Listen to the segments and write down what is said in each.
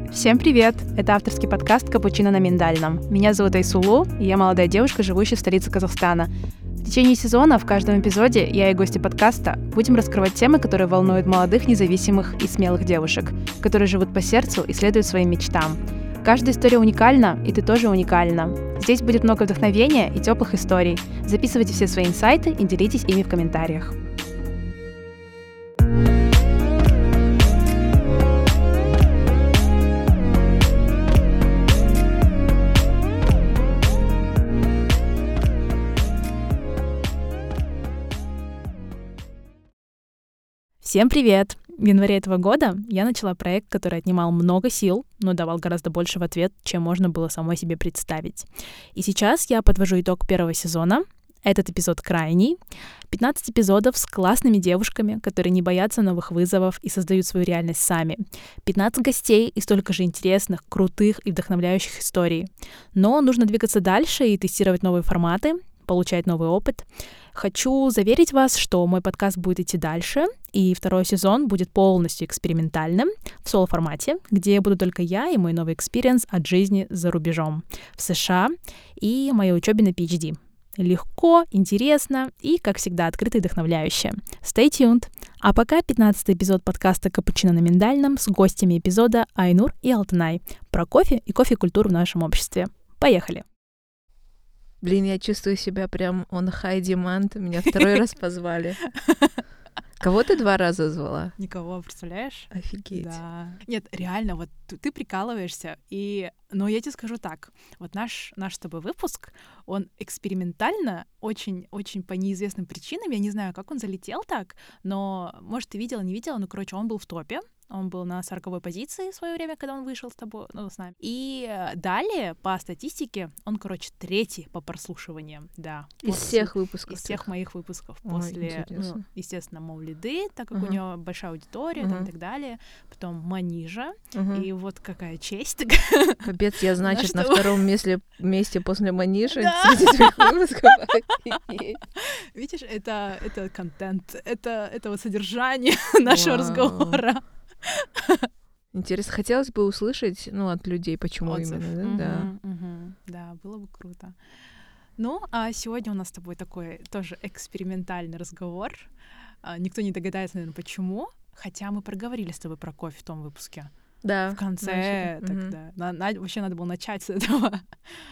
Всем привет! Это авторский подкаст «Капучино на миндальном». Меня зовут Айсулу, и я молодая девушка, живущая в столице Казахстана. В течение сезона в каждом эпизоде я и гости подкаста будем раскрывать темы, которые волнуют молодых, независимых и смелых девушек, которые живут по сердцу и следуют своим мечтам. Каждая история уникальна, и ты тоже уникальна. Здесь будет много вдохновения и теплых историй. Записывайте все свои инсайты и делитесь ими в комментариях. Всем привет! В январе этого года я начала проект, который отнимал много сил, но давал гораздо больше в ответ, чем можно было самой себе представить. И сейчас я подвожу итог первого сезона. Этот эпизод крайний. 15 эпизодов с классными девушками, которые не боятся новых вызовов и создают свою реальность сами. 15 гостей и столько же интересных, крутых и вдохновляющих историй. Но нужно двигаться дальше и тестировать новые форматы, получать новый опыт. Хочу заверить вас, что мой подкаст будет идти дальше, и второй сезон будет полностью экспериментальным в соло-формате, где буду только я и мой новый экспириенс от жизни за рубежом, в США и моей учебе на PhD. Легко, интересно и, как всегда, открыто и вдохновляюще. Stay tuned! А пока 15-й эпизод подкаста «Капучино на миндальном» с гостями эпизода Айнур и Алтынай про кофе и кофе-культуру в нашем обществе. Поехали! Блин, я чувствую себя прям on high demand. Меня второй раз позвали. Кого ты 2 раза звала? Никого, представляешь? Офигеть. Да. Нет, реально, вот ты прикалываешься, но я тебе скажу так, вот наш с тобой выпуск, он экспериментально, очень по неизвестным причинам, я не знаю, как он залетел так, но, может, ты видела, не видела, но, короче, он был в топе. Он был на 40-й позиции в свое время, когда он вышел с нами. И далее, по статистике, он, короче, 3-й по прослушиваниям, да. Из всех выпусков? Из всех моих выпусков. Ой, после, естественно, Маулиды, так как у нее большая аудитория там, и так далее. Потом Манижа. И вот какая честь. Капец, я, значит, на втором месте после Манижи среди твоих выпусков. Видишь, это контент, это вот содержание нашего разговора. Интересно, хотелось бы услышать, от людей, почему отзыв. Именно, да? Да, было бы круто. Ну, а сегодня у нас с тобой такой тоже экспериментальный разговор. Никто не догадается, наверное, почему, хотя мы проговорили с тобой про кофе в том выпуске. Да. В конце тогда. Вообще надо было начать с этого.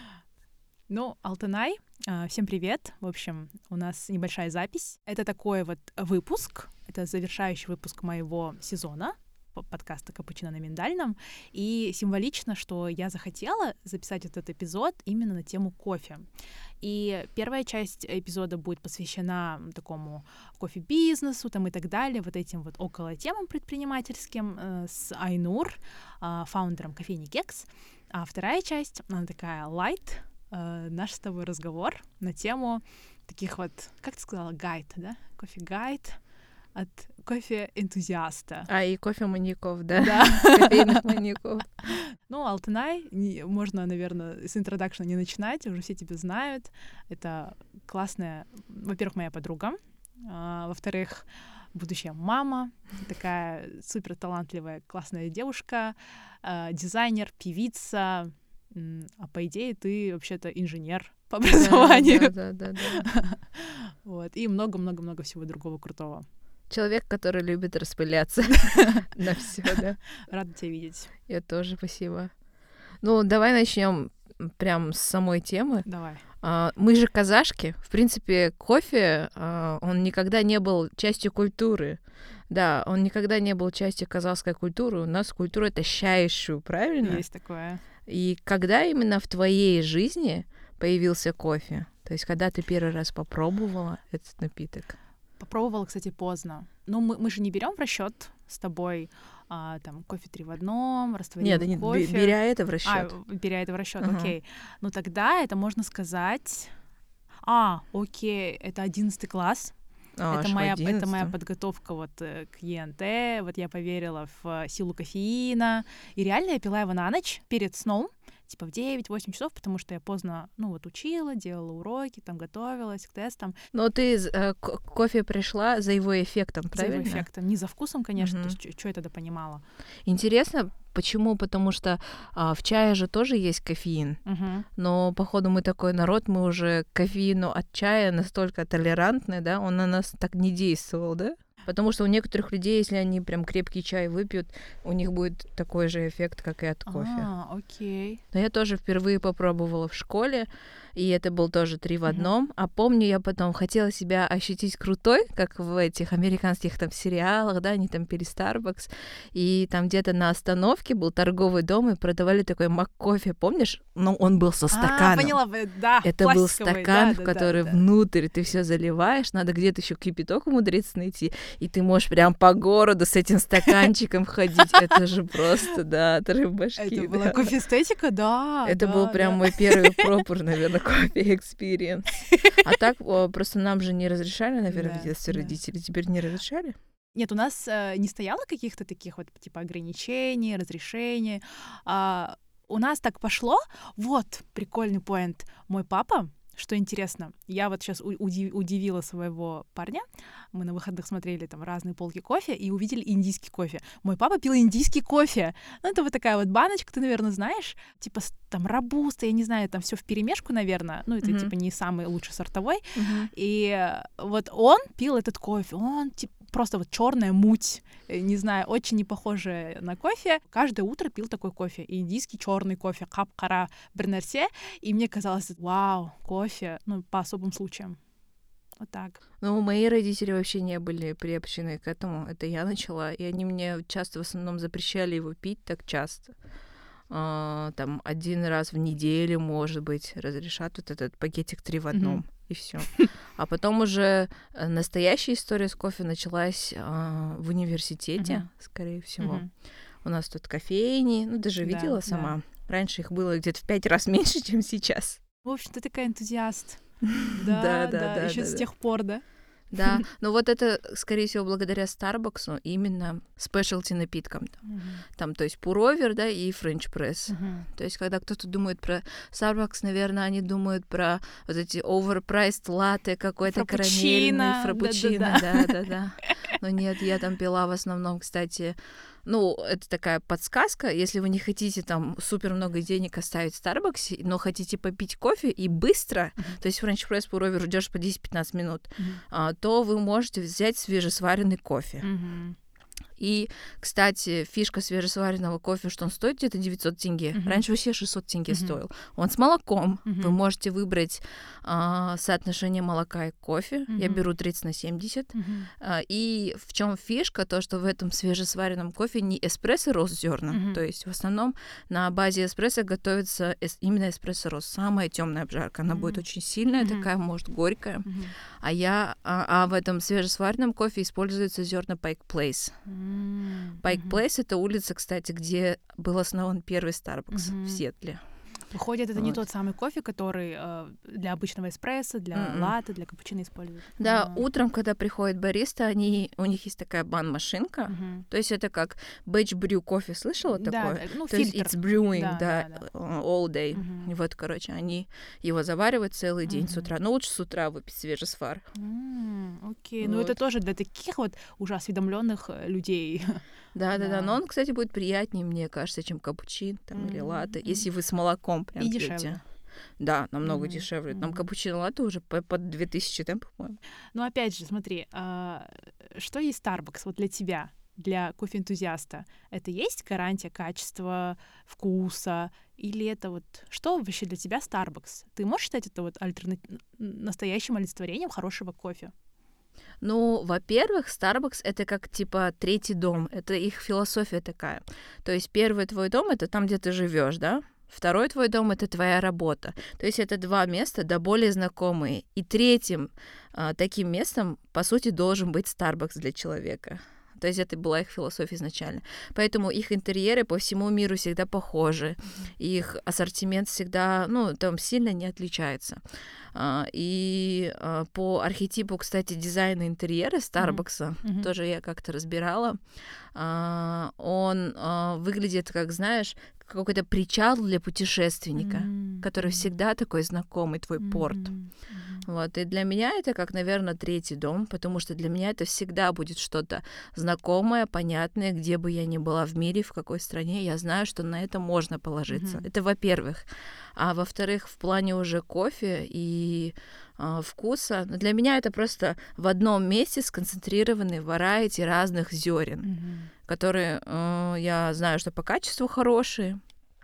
Ну, Алтынай, всем привет. В общем, у нас небольшая запись. Это такой вот выпуск, это завершающий выпуск моего сезона подкаста «Капучино на миндальном». И символично, что я захотела записать этот эпизод именно на тему кофе. И первая часть эпизода будет посвящена такому кофе-бизнесу там и так далее, вот этим вот около темам предпринимательским с Айнур, фаундером кофейни Кекс. А вторая часть, она такая light, наш с тобой разговор на тему таких вот, как ты сказала, гайд, да? Кофе-гайд от кофе-энтузиаста. И кофе-маньяков, да? Кофейных маньяков. Ну, Алтынай, можно, наверное, с интродакшна не начинать, уже все тебя знают. Это классная, во-первых, моя подруга, во-вторых, будущая мама, такая супер талантливая, классная девушка, дизайнер, певица, а по идее ты вообще-то инженер по образованию. Да. Вот, и много-много-много всего другого крутого. Человек, который любит распыляться на все, да. Рада тебя видеть. Я тоже, спасибо. Ну, давай начнем прям с самой темы. Давай. Мы же казашки. В принципе, кофе, он никогда не был частью культуры. Да, он никогда не был частью казахской культуры. У нас культура — это чайшу, правильно? Есть такое. И когда именно в твоей жизни появился кофе? То есть когда ты первый раз попробовала этот напиток? Попробовала, кстати, поздно. Ну, мы же не берем в расчет с тобой там кофе 3 в 1, растворимый кофе. Нет, беря это в расчет. Беря это в расчет, окей. Ну, тогда это можно сказать... окей, это 11 класс. Это моя подготовка вот к ЕНТ. Вот я поверила в силу кофеина. И реально я пила его на ночь перед сном. типа в 9-8 часов, потому что я поздно, учила, делала уроки, там готовилась к тестам. Но ты кофе пришла за его эффектом, правильно? За его эффектом. Не за вкусом, конечно, то есть что я тогда понимала. Интересно, почему? Потому что в чае же тоже есть кофеин, но, походу, мы такой народ, мы уже к кофеину от чая настолько толерантны, да, он на нас так не действовал, да? Потому что у некоторых людей, если они прям крепкий чай выпьют, у них будет такой же эффект, как и от кофе. Окей. Но я тоже впервые попробовала в школе, и это был тоже 3 в одном. А помню, я потом хотела себя ощутить крутой, как в этих американских там сериалах, да, они там пили Starbucks, и там где-то на остановке был торговый дом, и продавали такой мак-кофе, помнишь? Ну, он был со стаканом. Поняла, да. Это был стакан, в который внутрь ты все заливаешь, надо где-то еще кипяток умудриться найти, и ты можешь прям по городу с этим стаканчиком ходить. Это же просто, да, отрыв башки. Это была кофе-эстетика, да. Это был прям мой первый пропер, наверное, кофе-экспириенс. А так просто нам же не разрешали, наверное, в детстве родители. Теперь не разрешали? Нет, у нас не стояло каких-то таких вот типа ограничений, разрешений. У нас так пошло. Вот прикольный поинт. Мой папа, что интересно, я вот сейчас удивила своего парня. Мы на выходных смотрели там разные полки кофе и увидели индийский кофе. Мой папа пил индийский кофе. Ну, это вот такая вот баночка, ты, наверное, знаешь, типа там робуста, я не знаю, там все вперемешку, наверное. Ну, это типа не самый лучший сортовой. И вот он пил этот кофе. Он типа просто вот черная муть, не знаю, очень не похожая на кофе. Каждое утро пил такой кофе. Индийский черный кофе, кап-кара бернерсе. И мне казалось, вау, кофе, по особым случаям. Вот так. Ну, мои родители вообще не были приобщены к этому. Это я начала, и они мне часто в основном запрещали его пить так часто. Там 1 раз в неделю, может быть, разрешат вот этот пакетик 3 в одном, и все. А потом уже настоящая история с кофе началась в университете, скорее всего. У нас тут кофейни, даже видела сама. Раньше их было где-то в 5 раз меньше, чем сейчас. В общем, ты такая энтузиаст. Да, еще с тех пор, да? Да, но вот это, скорее всего, благодаря Старбаксу, именно спешлти напиткам. Там, то есть, пуровер, да, и френч-пресс. То есть, когда кто-то думает про Starbucks, наверное, они думают про вот эти overpriced латте какой-то карамельный, фраппучино. Да. Но нет, я там пила в основном, кстати... это такая подсказка, если вы не хотите там супер много денег оставить в Старбаксе, но хотите попить кофе и быстро, то есть френч-пресс пуровер ждёшь по 10-15 минут, то вы можете взять свежесваренный кофе. И, кстати, фишка свежесваренного кофе, что он стоит где-то 900 тенге. Раньше вообще 600 тенге стоил. Он с молоком. Вы можете выбрать соотношение молока и кофе. Я беру 30/70. И в чем фишка? То, что в этом свежесваренном кофе не эспрессо-рост зерна. То есть в основном на базе эспрессо готовится именно эспрессо-рост. Самая темная обжарка. Она будет очень сильная, такая, может, горькая. А в этом свежесваренном кофе используются зерна Pike Place. Pike Place — это улица, кстати, где был основан первый Starbucks в Сиэтле. Выходит, это не тот самый кофе, который для обычного эспрессо, для латте, для капучино используют. Да, утром, когда приходит бариста, у них есть такая бан-машинка. То есть это как batch brew кофе, слышала такое? Да, то есть it's brewing, all day. И вот, короче, они его заваривают целый день с утра. Но лучше с утра выпить свежесвар. Окей, это тоже для таких вот уже осведомленных людей. Да. Но он, кстати, будет приятнее, мне кажется, чем капучино или латте, если вы с молоком прям и пьете. Дешевле. Да, намного дешевле. Там капучино латте уже по 2000 тем, по-моему. Ну, опять же, смотри, что есть Starbucks вот для тебя, для кофе-энтузиаста? Это есть гарантия качества, вкуса? Или это вот... Что вообще для тебя Starbucks? Ты можешь считать это вот настоящим олицетворением хорошего кофе? Ну, во-первых, Starbucks — это как, типа, третий дом. Это их философия такая. То есть первый твой дом — это там, где ты живешь, да? Второй твой дом — это твоя работа. То есть это 2 места, да, более знакомые. И третьим таким местом, по сути, должен быть Starbucks для человека. То есть это была их философия изначально. Поэтому их интерьеры по всему миру всегда похожи. Их ассортимент всегда, ну, там сильно не отличается. И по архетипу, кстати, дизайна интерьера Старбакса, тоже я как-то разбирала, он выглядит, как, знаешь, какой-то причал для путешественника, который всегда такой знакомый, твой порт. Вот. И для меня это как, наверное, третий дом, потому что для меня это всегда будет что-то знакомое, понятное, где бы я ни была в мире, в какой стране, я знаю, что на это можно положиться. Это во-первых. А во-вторых, в плане уже кофе и вкуса, для меня это просто в одном месте сконцентрированный варайти разных зерен, которые я знаю, что по качеству хорошие,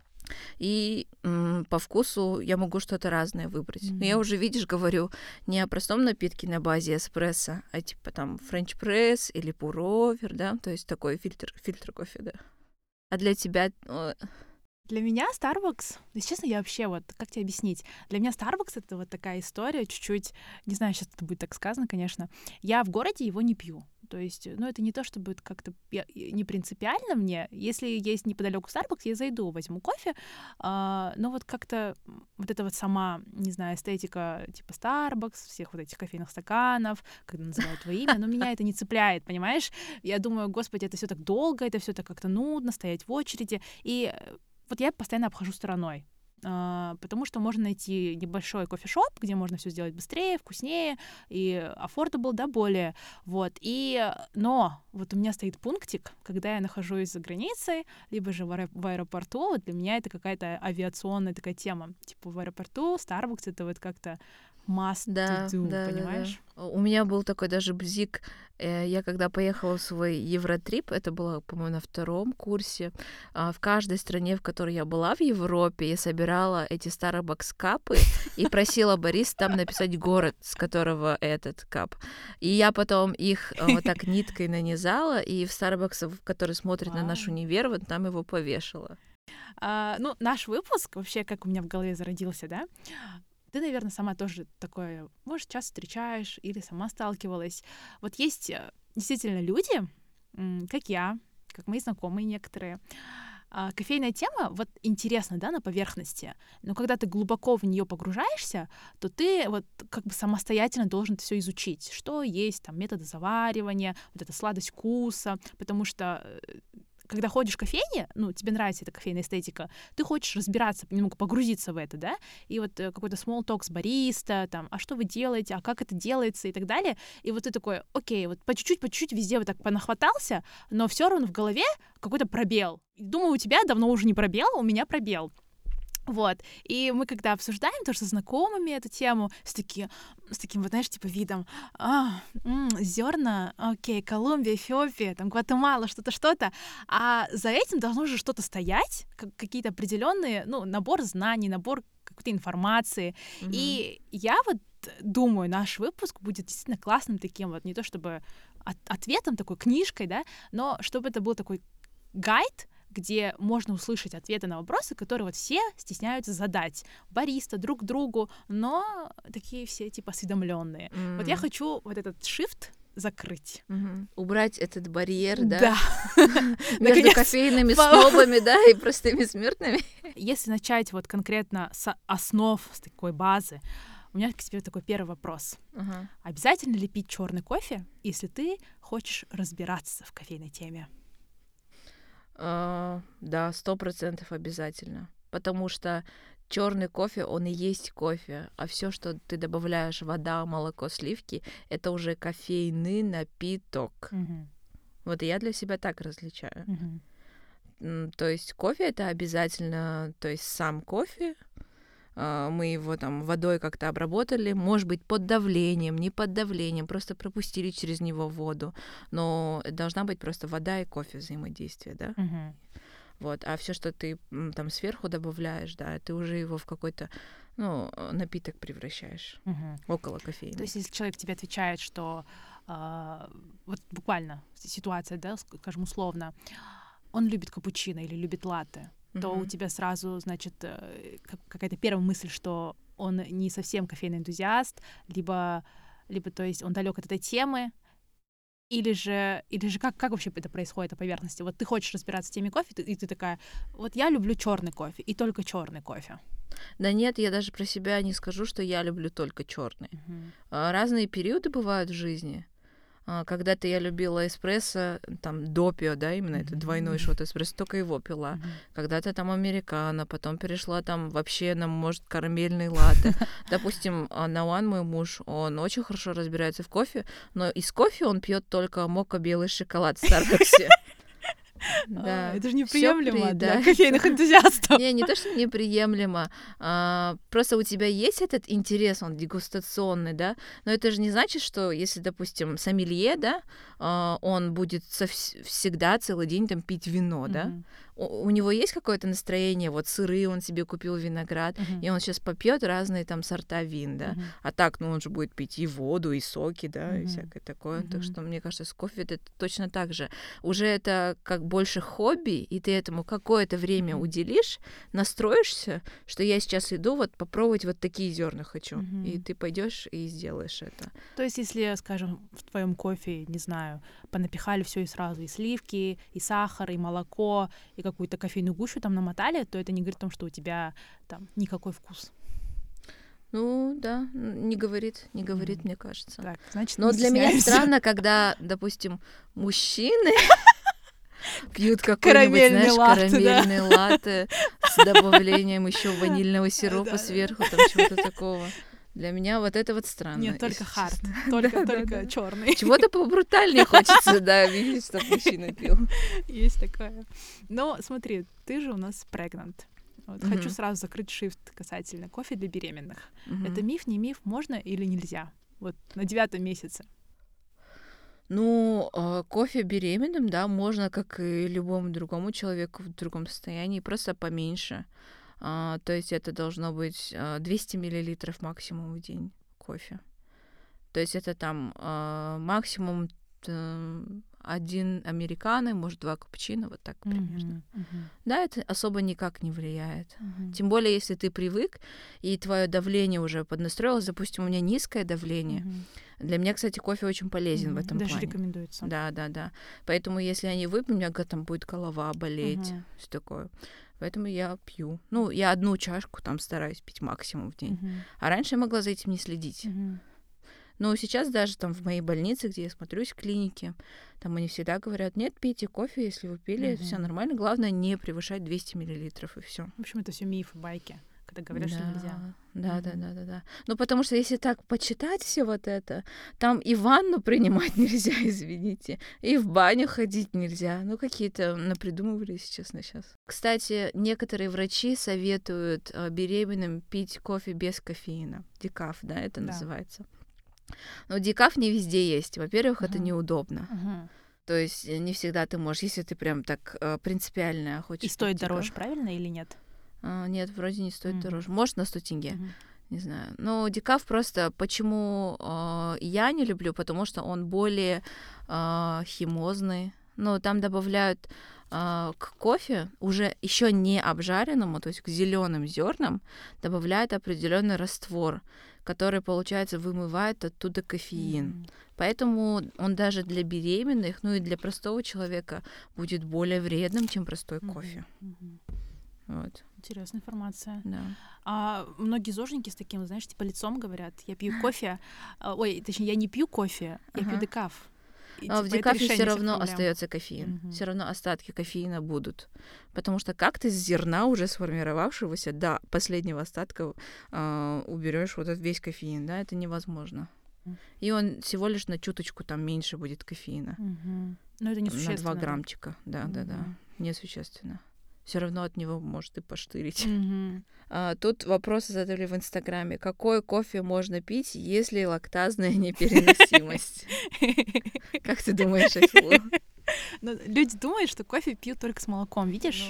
и по вкусу я могу что-то разное выбрать. Но я уже, видишь, говорю не о простом напитке на базе эспрессо, а типа там френч-пресс или пуровер, да, то есть такой фильтр кофе, да. А для тебя... Для меня Starbucks, если честно, я вообще вот, как тебе объяснить? Для меня Starbucks — это вот такая история, чуть-чуть, не знаю, сейчас это будет так сказано, конечно, я в городе его не пью. То есть, ну, это не то, что будет как-то не принципиально мне. Если есть неподалеку Starbucks, я зайду, возьму кофе, но вот как-то вот эта вот сама, не знаю, эстетика типа Starbucks, всех вот этих кофейных стаканов, когда называют твое имя, но меня это не цепляет, понимаешь? Я думаю, господи, это все так долго, это все так как-то нудно, стоять в очереди, и вот я постоянно обхожу стороной, потому что можно найти небольшой кофешоп, где можно все сделать быстрее, вкуснее и affordable, да, более, вот, но вот у меня стоит пунктик, когда я нахожусь за границей, либо же в аэропорту, вот для меня это какая-то авиационная такая тема, типа в аэропорту Starbucks — это вот как-то must to do, понимаешь? Да. У меня был такой даже бзик. Я когда поехала в свой Евротрип, это было, по-моему, на 2-м курсе, в каждой стране, в которой я была в Европе, я собирала эти Starbucks капы и просила бариста там написать город, с которого этот кап. И я потом их вот так ниткой нанизала, и в Starbucks, который смотрит на наш универ, вот там его повешала. Ну, наш выпуск, вообще, как у меня в голове зародился, да, ты, наверное, сама тоже такое, может, часто встречаешь или сама сталкивалась. Вот есть действительно люди, как я, как мои знакомые некоторые. Кофейная тема, вот интересно, да, на поверхности, но когда ты глубоко в нее погружаешься, то ты вот как бы самостоятельно должен все изучить, что есть, там, методы заваривания, вот эта сладость вкуса, потому что когда ходишь в кофейне, ну, тебе нравится эта кофейная эстетика, ты хочешь разбираться, немного погрузиться в это, да, и вот какой-то small talk с бариста, там, а что вы делаете, а как это делается и так далее, и вот ты такой, окей, вот по чуть-чуть везде вот так понахватался, но все равно в голове какой-то пробел. Думаю, у тебя давно уже не пробел, у меня пробел. Вот, и мы когда обсуждаем тоже со знакомыми эту тему, с таким вот, знаешь, типа видом, зерна, окей, Колумбия, Эфиопия, там, Гватемала, что-то, а за этим должно же что-то стоять, какие-то определенные, ну, набор знаний, набор какой-то информации, и я вот думаю, наш выпуск будет действительно классным таким вот, не то чтобы ответом, такой книжкой, да, но чтобы это был такой гайд, где можно услышать ответы на вопросы, которые вот все стесняются задать бариста друг другу, но такие все типа осведомленные. Вот я хочу вот этот shift закрыть. Убрать этот барьер, да? Между кофейными снобами, да, и простыми смертными. Если начать вот конкретно с основ, с такой базы, у меня к тебе такой первый вопрос. Обязательно ли пить черный кофе, если ты хочешь разбираться в кофейной теме? Да, 100% обязательно. Потому что черный кофе, он и есть кофе, а все, что ты добавляешь, вода, молоко, сливки, это уже кофейный напиток. Вот я для себя так различаю. То есть кофе — это обязательно, то есть сам кофе, мы его там водой как-то обработали, может быть, под давлением, не под давлением, просто пропустили через него воду, но должна быть просто вода и кофе взаимодействие, да? Вот, а все, что ты там сверху добавляешь, да, ты уже его в какой-то, ну, напиток превращаешь около кофейни. То есть если человек тебе отвечает, что вот буквально ситуация, да, скажем условно, он любит капучино или любит латте, то у тебя сразу, значит, какая-то первая мысль, что он не совсем кофейный энтузиаст, либо то есть он далек от этой темы, Или же как вообще это происходит на поверхности? Вот ты хочешь разбираться с теми кофе, и ты такая, вот я люблю черный кофе, и только черный кофе. Да нет, я даже про себя не скажу, что я люблю только черный. Разные периоды бывают в жизни. Когда-то я любила эспрессо, там, допио, да, именно это двойной шот эспрессо, только его пила. Когда-то там американо, потом перешла там вообще на, может, карамельный латте. Допустим, Науан, мой муж, он очень хорошо разбирается в кофе, но из кофе он пьет только мока белый шоколад в Старбаксе. Да, это же неприемлемо для кофейных энтузиастов. Не то, что неприемлемо. Просто у тебя есть этот интерес, он дегустационный, да, но это же не значит, что если, допустим, сомелье, да, он будет всегда целый день там пить вино, да, у него есть какое-то настроение, вот сыры он себе купил, виноград, и он сейчас попьет разные там сорта вин, да, а так, ну, он же будет пить и воду, и соки, да, и всякое такое, так что, мне кажется, с кофе это точно так же. Уже это как больше хобби, и ты этому какое-то время уделишь, настроишься, что я сейчас иду вот попробовать вот такие зерна хочу, и ты пойдешь и сделаешь это. То есть, если, скажем, в твоем кофе, не знаю, понапихали все и сразу, и сливки, и сахар, и молоко, и какую-то кофейную гущу там намотали, то это не говорит о том, что у тебя там никакой вкус. Ну, да, не говорит, мне кажется. Так, значит, но для меня странно, когда, допустим, мужчины пьют какой-нибудь, знаешь, карамельный латте с добавлением еще ванильного сиропа сверху, там чего-то такого. Для меня вот это вот странно. Нет, только хард, только черный. Чего-то побрутальнее хочется, да, видеть, чтобы мужчина пил. Есть такое. Но смотри, ты же у нас pregnant. Вот, хочу сразу закрыть шифт касательно кофе для беременных. Это миф, не миф, можно или нельзя? Вот на 9-м месяце. Ну, кофе беременным, да, можно, как и любому другому человеку в другом состоянии, просто поменьше. То есть это должно быть 200 миллилитров максимум в день кофе. То есть это там максимум 1 американо, может 2 капучино, вот так примерно. Да, это особо никак не влияет. Тем более, если ты привык, и твое давление уже поднастроилось. Допустим, у меня низкое давление. Для меня, кстати, кофе очень полезен в этом даже плане. Рекомендуется. Да. Поэтому, если я не выпью, у меня там будет голова болеть, все такое. Поэтому я пью. Ну, я 1 чашку там стараюсь пить максимум в день. А раньше я могла за этим не следить. Но сейчас даже там в моей больнице, где я смотрюсь в клинике, там они всегда говорят, нет, пейте кофе, если вы пили, все нормально. Главное не превышать 200 миллилитров, и все. В общем, это все мифы, байки, когда говорят, что нельзя. Да. Ну, потому что если так почитать все вот это, там и ванну принимать нельзя, извините, и в баню ходить нельзя. Ну, какие-то напридумывали, если честно, сейчас. Кстати, некоторые врачи советуют беременным пить кофе без кофеина. Декаф, да, это называется. Но декаф не везде есть. Во-первых, это неудобно. То есть не всегда ты можешь, если ты прям так принципиально хочешь. И стоит дороже, правильно, или нет? Нет, вроде не стоит дороже. Может, на 100 тенге. Не знаю. Но декаф просто... Почему я не люблю? Потому что он более химозный. Ну, там добавляют к кофе, уже еще не обжаренному, то есть к зеленым зернам, добавляют определенный раствор, который, получается, вымывает оттуда кофеин. Поэтому он даже для беременных, ну и для простого человека будет более вредным, чем простой кофе. Вот. Интересная информация. Да. А многие зожники с таким, знаешь, типа лицом говорят, я пью кофе, точнее, я не пью кофе, я пью декаф. В декафе все равно остается кофеин. Все равно остатки кофеина будут. Потому что как ты с зерна уже сформировавшегося до последнего остатка уберешь вот этот весь кофеин, да, это невозможно. И он всего лишь на чуточку там меньше будет кофеина. Но это несущественно. На 2 граммчика, да. Несущественно. Все равно от него может и поштырить. Тут вопросы задали в Инстаграме. Какой кофе можно пить, если лактазная непереносимость? Как ты думаешь, Айсулу? Люди думают, что кофе пьют только с молоком, видишь?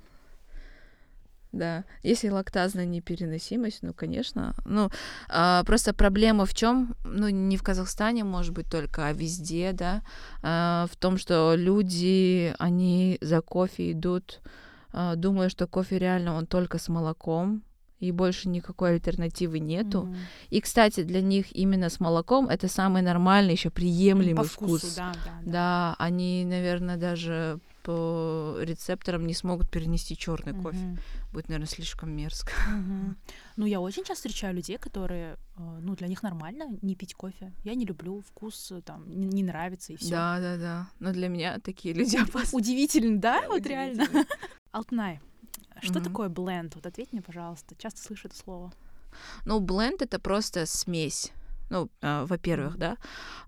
Да, если лактазная непереносимость, ну, конечно. Ну, просто проблема в чем? Ну, не в Казахстане, может быть, только, а везде, да, в том, что люди, они за кофе идут, думая, что кофе реально он только с молоком, и больше никакой альтернативы нету. И, кстати, для них именно с молоком это самый нормальный, еще приемлемый по вкусу, вкус. Да. Да, они, наверное, даже по рецепторам не смогут перенести черный кофе. Будет, наверное, слишком мерзко. Ну, я очень часто встречаю людей, которые, для них нормально не пить кофе. Я не люблю вкус, там, не нравится, и все. Да. Но для меня такие люди опасны. Удивительно, да? Вот реально. Алтынай, что такое бленд? Вот ответь мне, пожалуйста. Часто слышу это слово. Ну, бленд — это просто смесь. Ну, во-первых, да,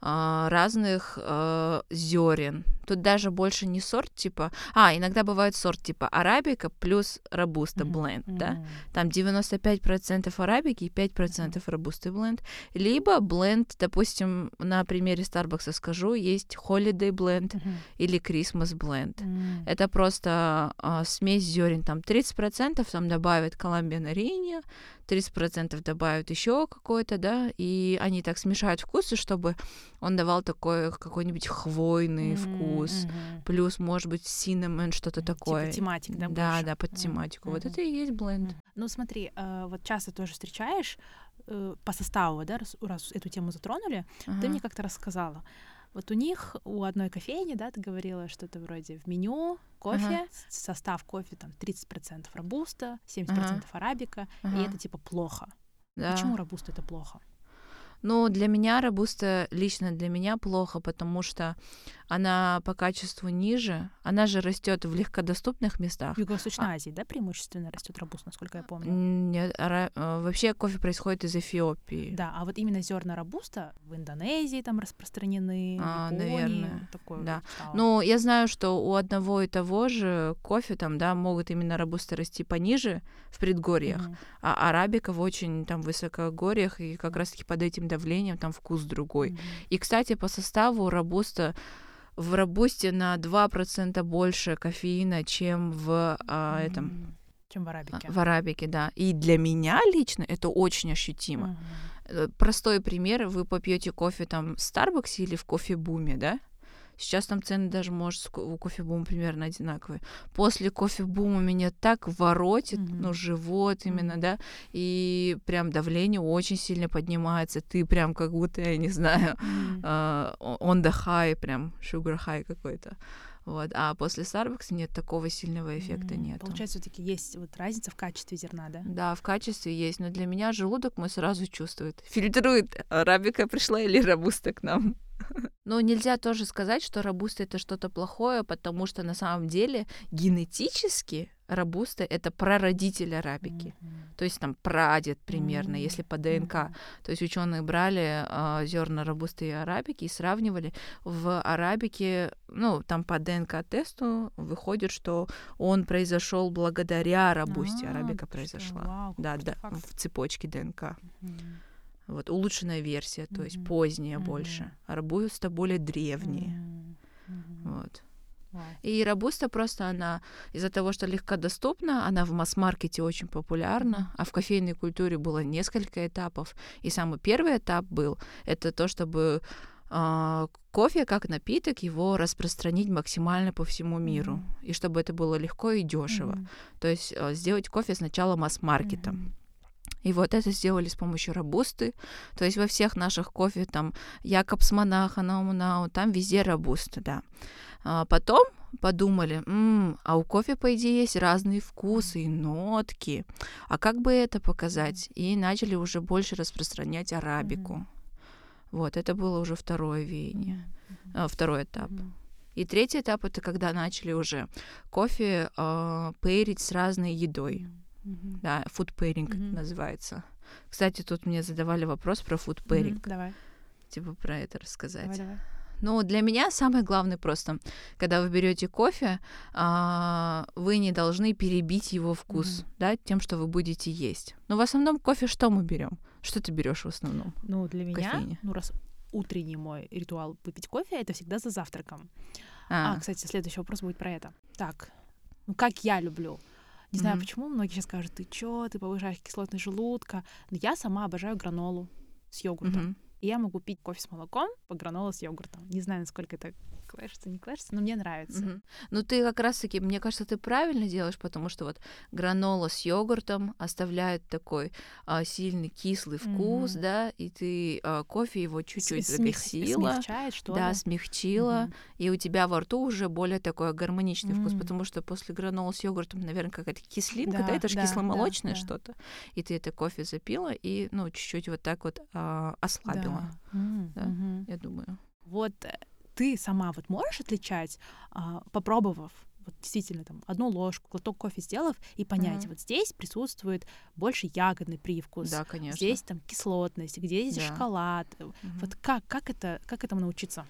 разных зерен. Тут даже больше не сорт типа... иногда бывает сорт типа арабика плюс робуста бленд, да? Там 95% арабики и 5% робусты бленд. Либо бленд, допустим, на примере Starbucks скажу, есть holiday blend или Christmas blend. Это просто смесь зерен. Там 30% там добавят Colombian Rinia, 30% добавят еще какой-то, да, и они так смешают вкусы, чтобы он давал такой какой-нибудь хвойный вкус, плюс, может быть, cinnamon, что-то такое. Типа тематик, да, Да, больше? Да, под тематику. Вот это и есть бленд. Ну, смотри, вот часто тоже встречаешь по составу, да, раз эту тему затронули, ты мне как-то рассказала. Вот у них, у одной кофейни, да, ты говорила, что это вроде в меню кофе, состав кофе там 30% робуста, 70% арабика, и это типа плохо. Да. Почему робуста это плохо? Ну, для меня робуста, лично для меня плохо, потому что она по качеству ниже, она же растет в легкодоступных местах. В Юго-Восточной Азии, да, преимущественно растет робуст, насколько я помню? Нет, вообще кофе происходит из Эфиопии. Да, а вот именно зерна робуста в Индонезии там распространены, в Японии. Наверное. Такое да. вот. Ну, я знаю, что у одного и того же кофе там, да, могут именно робусты расти пониже в предгорьях, а арабика в очень там высокогорьях, и как раз-таки под этим давлением там вкус другой. И, кстати, по составу робуста в робусте на 2% больше кофеина, чем в этом... Чем в арабике. В арабике, да. И для меня лично это очень ощутимо. Простой пример. Вы попьете кофе там в Starbucks или в кофе-буме, да? Сейчас там цены даже, может, у кофе-бума примерно одинаковые. После кофе-бума меня так воротит, живот именно, да, и прям давление очень сильно поднимается. Ты прям как будто, я не знаю, on the high, прям sugar high какой-то. Вот. А после Starbucks нет такого сильного эффекта нету. Получается, все-таки есть вот разница в качестве зерна, да? Да, в качестве есть, но для меня желудок мой сразу чувствует, фильтрует, арабика пришла или робуста к нам. Но нельзя тоже сказать, что робуста — это что-то плохое, потому что на самом деле генетически робуста — это прародитель арабики. То есть там прадед примерно, если по ДНК. То есть ученые брали зерна робусты и арабики и сравнивали. В арабике, ну, там по ДНК-тесту выходит, что он произошел благодаря робусте. Арабика произошла. Да, в цепочке ДНК. Вот, улучшенная версия, то есть поздняя больше. А робуста более древняя. Вот. И робуста просто она из-за того, что легкодоступна, она в масс-маркете очень популярна, а в кофейной культуре было несколько этапов. И самый первый этап был, это то, чтобы кофе как напиток его распространить максимально по всему миру. И чтобы это было легко и дешево. То есть сделать кофе сначала масс-маркетом. И вот это сделали с помощью робусты. То есть во всех наших кофе, там, Якобс Монарх, Наумнау, там везде робуста, да. Потом подумали, а у кофе, по идее, есть разные вкусы и нотки. А как бы это показать? И начали уже больше распространять арабику. Вот, это было уже второе веяние, второй этап. И третий этап — это когда начали уже кофе пейрить с разной едой. Да, food pairing называется. Кстати, тут мне задавали вопрос про food pairing. Давай. Типа про это рассказать. Давай. Ну, для меня самое главное просто, когда вы берете кофе, вы не должны перебить его вкус, да, тем, что вы будете есть. Но в основном кофе что мы берем? Что ты берешь в основном? Ну, для меня, раз утренний мой ритуал выпить кофе, это всегда за завтраком. Кстати, следующий вопрос будет про это. Так, как я люблю. Не знаю, почему многие сейчас скажут, ты повышаешь кислотность желудка. Но я сама обожаю гранолу с йогуртом. и я могу пить кофе с молоком, по гранола с йогуртом. Не знаю, насколько это клэшится, не клэшится, но мне нравится. Ну, ты как раз-таки, мне кажется, ты правильно делаешь, потому что вот гранола с йогуртом оставляет такой сильный кислый вкус, да, и ты кофе его чуть-чуть загасила. Смягчает, что да, ли? смягчила, и у тебя во рту уже более такой гармоничный вкус, потому что после гранолы с йогуртом, наверное, какая-то кислинка, да, это же кисломолочное что-то, и ты это кофе запила и, ну, чуть-чуть вот так вот ослабила, да, я думаю. Вот ты сама вот можешь отличать, попробовав, вот действительно там одну ложку, глоток кофе сделав, и понять, вот здесь присутствует больше ягодный привкус, да, конечно. Здесь там кислотность, где здесь шоколад. Вот как этому научиться?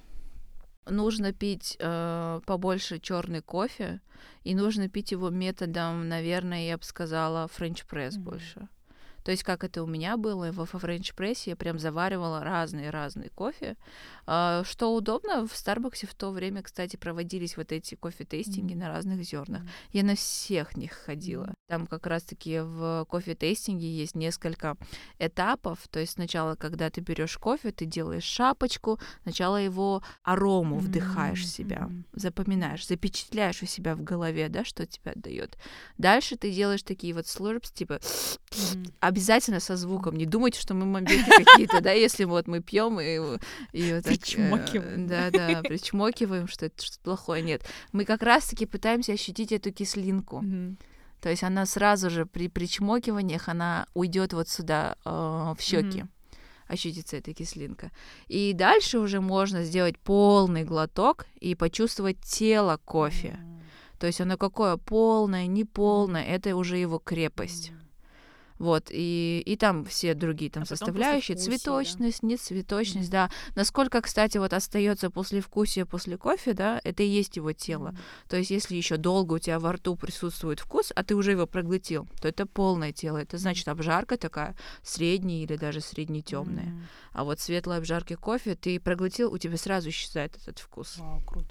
Нужно пить побольше черный кофе, и нужно пить его методом, наверное, я бы сказала, френч-пресс больше. То есть, как это у меня было, во френч-прессе я прям заваривала разные кофе. Что удобно, в Старбаксе в то время, кстати, проводились вот эти кофе-тестинги на разных зернах. Я на всех них ходила. Там как раз-таки в кофе-тестинге есть несколько этапов. То есть сначала, когда ты берешь кофе, ты делаешь шапочку, сначала его арому вдыхаешь в себя, запоминаешь, запечатляешь у себя в голове, да, что тебя отдает. Дальше ты делаешь такие вот slurps, типа обязательно со звуком. Не думайте, что мы мамбеки какие-то, да, если вот мы пьем и вот так, причмокиваем. Да, причмокиваем, что это что-то плохое. Нет, мы как раз-таки пытаемся ощутить эту кислинку. То есть она сразу же при причмокиваниях, она уйдет вот сюда в щеки. Ощутится эта кислинка. И дальше уже можно сделать полный глоток и почувствовать тело кофе. То есть оно какое? Полное, неполное. Это уже его крепость. Вот, и там все другие там составляющие, цветочность, нецветочность, да. Насколько, кстати, вот остается послевкусие после кофе, да, это и есть его тело. То есть если еще долго у тебя во рту присутствует вкус, а ты уже его проглотил, то это полное тело. Это значит обжарка такая средняя или даже средне-темная. А вот светлой обжарки кофе ты проглотил, у тебя сразу исчезает этот вкус. Вау, круто.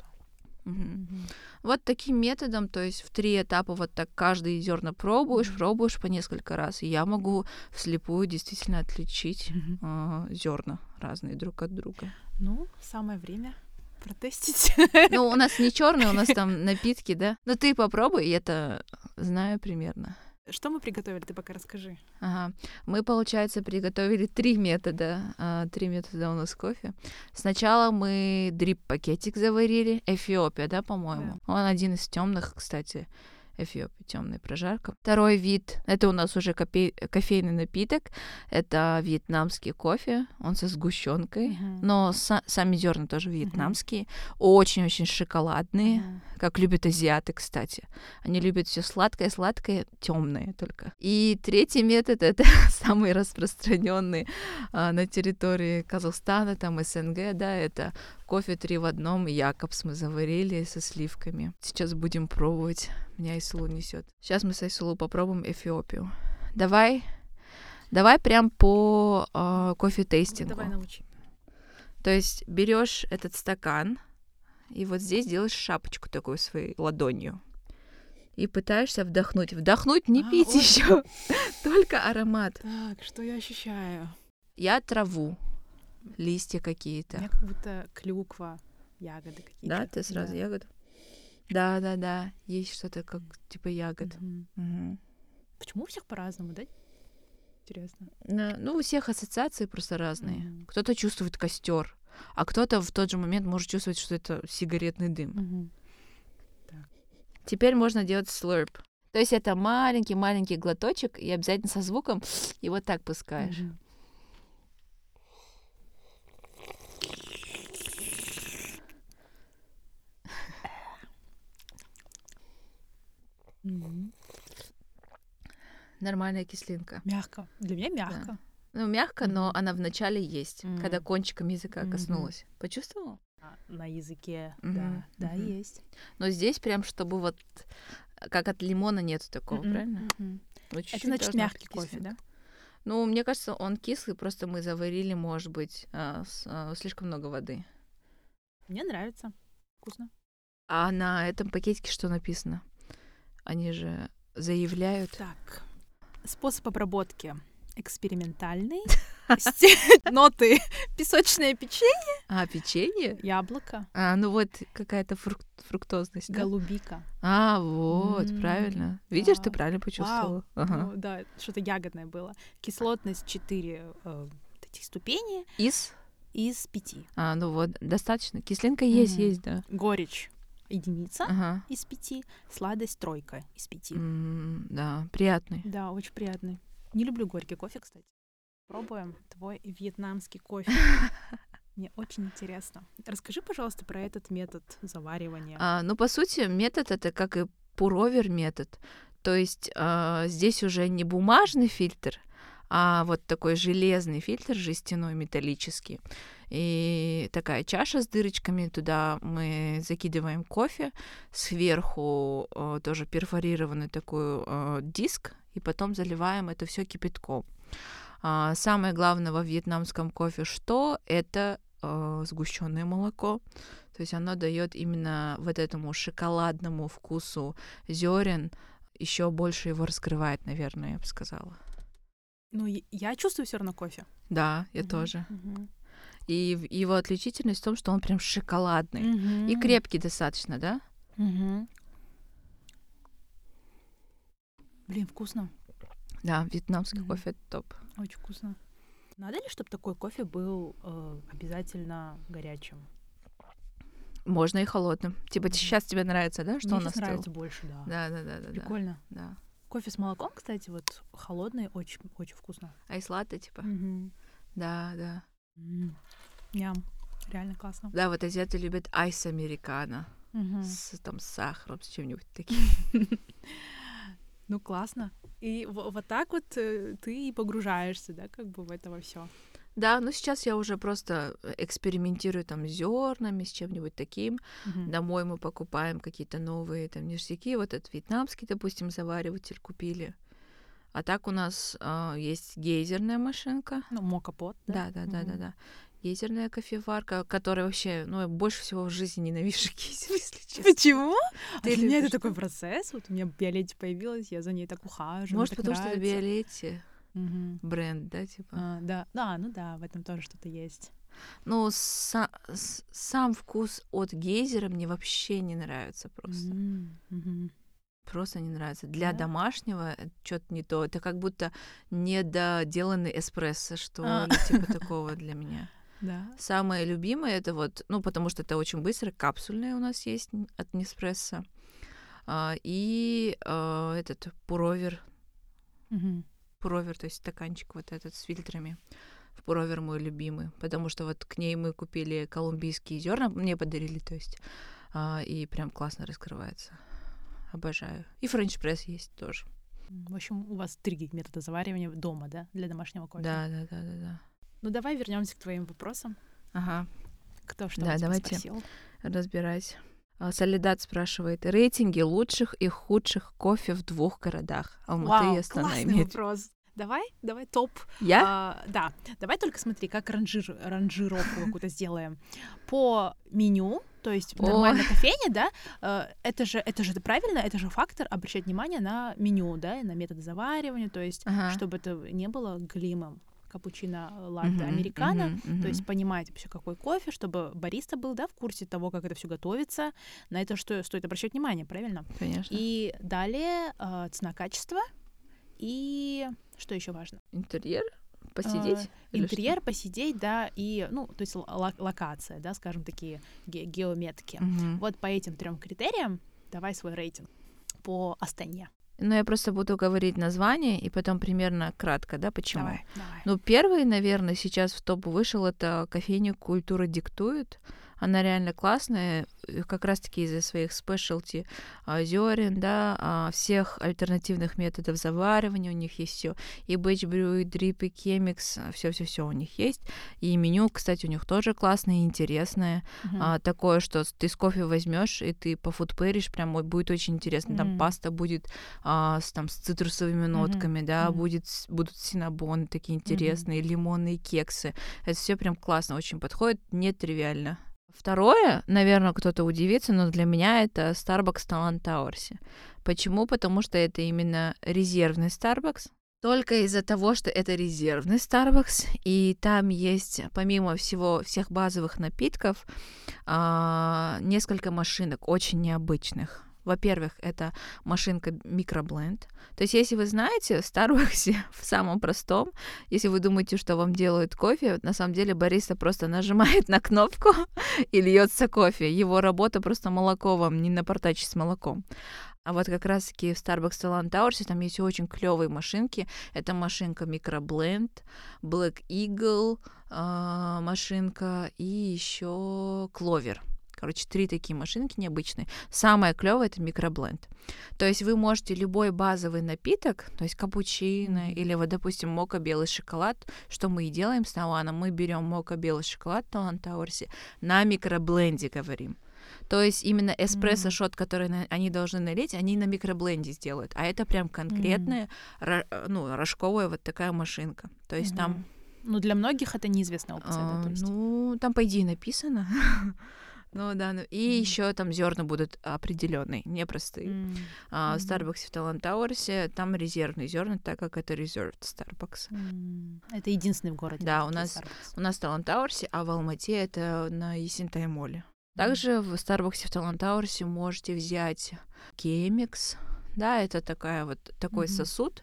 Вот таким методом, то есть в 3 этапа вот так каждый зерна пробуешь по несколько раз, и я могу вслепую действительно отличить зерна разные друг от друга. Ну, самое время протестить. Ну, у нас не черные, у нас там напитки, да? Ну, ты попробуй, я это знаю примерно. Что мы приготовили? Ты пока расскажи. Ага. Мы, получается, приготовили 3 метода. 3 метода у нас кофе. Сначала мы дрип-пакетик заварили. Эфиопия, да, по-моему? Да. Он один из темных, кстати. Эфиопия, темная прожарка. Второй вид, это у нас уже кофейный напиток. Это вьетнамский кофе. Он со сгущенкой. Но сами зерна тоже вьетнамские. Очень-очень шоколадные. Как любят азиаты, кстати. Они любят все сладкое, темное только. И третий метод это самый распространенный на территории Казахстана, там СНГ, да, это кофе 3 в 1, Якобс мы заварили со сливками. Сейчас будем пробовать. Меня Айсулу несет. Сейчас мы с Айсулу попробуем Эфиопию. Давай прям по кофе-тейстингу. Давай научи. То есть берешь этот стакан, и вот здесь делаешь шапочку такую своей ладонью. И пытаешься вдохнуть. Вдохнуть, не пить еще. Только аромат. Так, что я ощущаю? Я траву. Листья какие-то. У меня как будто клюква, ягоды какие-то. Да, ты сразу ягоду? Да. Есть что-то как типа ягод. Почему у всех по-разному, да? Интересно. Ну, у всех ассоциации просто разные. Кто-то чувствует костер, а кто-то в тот же момент может чувствовать, что это сигаретный дым. Теперь можно делать slurp. То есть это маленький глоточек, и обязательно со звуком, и вот так пускаешь. Нормальная кислинка. Мягко. Для меня мягко. Да. Ну, мягко, но она вначале есть, когда кончиком языка коснулась. Почувствовала? На языке, да, есть. Но здесь прям, чтобы вот как от лимона нету такого, правильно? Вот это значит мягкий кофе, да? Ну, мне кажется, он кислый, просто мы заварили, может быть, слишком много воды. Мне нравится. Вкусно. А на этом пакетике что написано? Они же заявляют... Так, способ обработки. экспериментальный. Ноты песочное печенье. Печенье? Яблоко. Ну вот какая-то фруктозность, да? Голубика. Вот, правильно. Видишь, ты правильно почувствовала. Ага. Ну, да, что-то ягодное было. Кислотность 4 этих ступени. Из 5. Ну вот, достаточно. Кислинка есть, да. Горечь 1 из 5. Сладость 3 из 5. Да, приятный. Да, очень приятный. Не люблю горький кофе, кстати. Пробуем твой вьетнамский кофе. Мне очень интересно. Расскажи, пожалуйста, про этот метод заваривания. Ну, по сути, метод это как и пуровер метод. То есть здесь уже не бумажный фильтр, а вот такой железный фильтр, жестяной, металлический. И такая чаша с дырочками, туда мы закидываем кофе, сверху тоже перфорированный такой диск, и потом заливаем это все кипятком. Самое главное во вьетнамском кофе, что это сгущенное молоко. То есть оно дает именно вот этому шоколадному вкусу зерен, еще больше его раскрывает, наверное, я бы сказала. Ну, я чувствую все равно кофе. Да, я тоже. И его отличительность в том, что он прям шоколадный и крепкий достаточно, да? Блин, вкусно. Да, вьетнамский кофе — это топ. Очень вкусно. Надо ли, чтобы такой кофе был обязательно горячим? Можно и холодным. Типа сейчас тебе нравится, да, что Мне он остыл? нравится больше, да. Да. Прикольно. Да. Кофе с молоком, кстати, вот холодный, очень, очень вкусно. Айс-латте, типа. Да. Ням. Реально классно. Да, вот азиаты любят айс-американо. С сахаром, с чем-нибудь таким. Ну, классно. И вот так вот ты и погружаешься, да, как бы в это во все. Да, но сейчас я уже просто экспериментирую там с зернами, с чем-нибудь таким. Домой мы покупаем какие-то новые там ништяки. Вот этот вьетнамский, допустим, завариватель купили. А так у нас есть гейзерная машинка. Ну, мокапот, да? Да. Гейзерная кофеварка, которая вообще, я больше всего в жизни ненавижу гейзер, если честно. Почему? Ты для меня это любишь, такой процесс. Вот у меня Биолетти появилась, я за ней так ухаживаю. Может, так потому что это нравится. Биолетти бренд, да, типа? Да, в этом тоже что-то есть. Ну, сам вкус от гейзера мне вообще не нравится просто. Просто не нравится. Для домашнего что-то не то. Это как будто недоделанный эспрессо, что ли, типа такого для меня. Да. Самое любимое это вот, потому что это очень быстро, капсульное у нас есть от Неспрессо. И этот пуровер. Пуровер, то есть стаканчик вот этот с фильтрами. Пуровер мой любимый, потому что вот к ней мы купили колумбийские зерна, мне подарили, то есть, и прям классно раскрывается. Обожаю. И френч-пресс есть тоже. В общем, у вас 3 метода заваривания дома, да, для домашнего кофе? Да. Ну, давай вернемся к твоим вопросам. Ага. Кто что тебя спросил? Разбирать. Солидат спрашивает: рейтинги лучших и худших кофе в 2 городах. Алматы и Астана. Классный вопрос. Давай топ. Я? Да. Давай только смотри, как ранжировку какую-то сделаем. По меню, то есть в нормальной кофейне, да, это же правильно, это же фактор обращать внимание на меню, да, и на методы заваривания, то есть чтобы это не было глимом. Капучино, латте, американо, то есть понимать вообще, какой кофе, чтобы бариста был, да, в курсе того, как это все готовится, на это что стоит обращать внимание, правильно? Конечно. И далее цена-качество, и что еще важно? Интерьер? Посидеть? Интерьер, посидеть, да, и, то есть локация, да, скажем, такие геометки. Вот по этим 3 критериям давай свой рейтинг по Астане. Я просто буду говорить название и потом примерно кратко, да, почему. Давай. Первый, наверное, сейчас в топ вышел, это кофейня «Культура диктует». Она реально классная, как раз-таки из-за своих спешлти зерен, да, всех альтернативных методов заваривания у них есть все. И batch brew, и дрип, и кемикс, все у них есть. И меню, кстати, у них тоже классное и интересное. Такое, что ты с кофе возьмешь и ты пофудпэришь, прям будет очень интересно. Там паста будет с цитрусовыми нотками, да, будут синнабоны такие интересные, лимонные кексы. Это все прям классно, очень подходит, нетривиально. Второе, наверное, кто-то удивится, но для меня это Starbucks на Лантауэрсе. Почему? Потому что это именно резервный Starbucks. Только из-за того, что это резервный Starbucks, и там есть, помимо всех базовых напитков, несколько машинок очень необычных. Во-первых, это машинка микробленд. То есть, если вы знаете, в Starbucks в самом простом, если вы думаете, что вам делают кофе, на самом деле бариста просто нажимает на кнопку и льется кофе. Его работа просто молоко вам не напортачить с молоком. А вот как раз-таки в Starbucks Talent Towers там есть очень клевые машинки. Это машинка микробленд, Black Eagle машинка и еще Clover. Короче, 3 такие машинки необычные. Самое клевое это микробленд. То есть вы можете любой базовый напиток, то есть капучино или вот, допустим, мока белый шоколад, что мы и делаем с Наваном. Мы берем мока белый шоколад в Talent Towers, на микробленде говорим. То есть именно эспрессо-шот, который они должны налить, они на микробленде сделают. А это прям конкретная, рожковая вот такая машинка. То есть там... Ну, для многих это неизвестная опция, да? То есть... Ну, там, по идее, написано. Ну да, и еще там зерна будут определенные, непростые. В Starbucks в Talent Towers там резервные зерна, так как это Reserved Starbucks. Это единственный в городе. Да, у нас в Talent Towers, а в Алмате это на Ессентай-моле. Также в Starbucks в Talent Towers можете взять Chemex, да, это такой сосуд.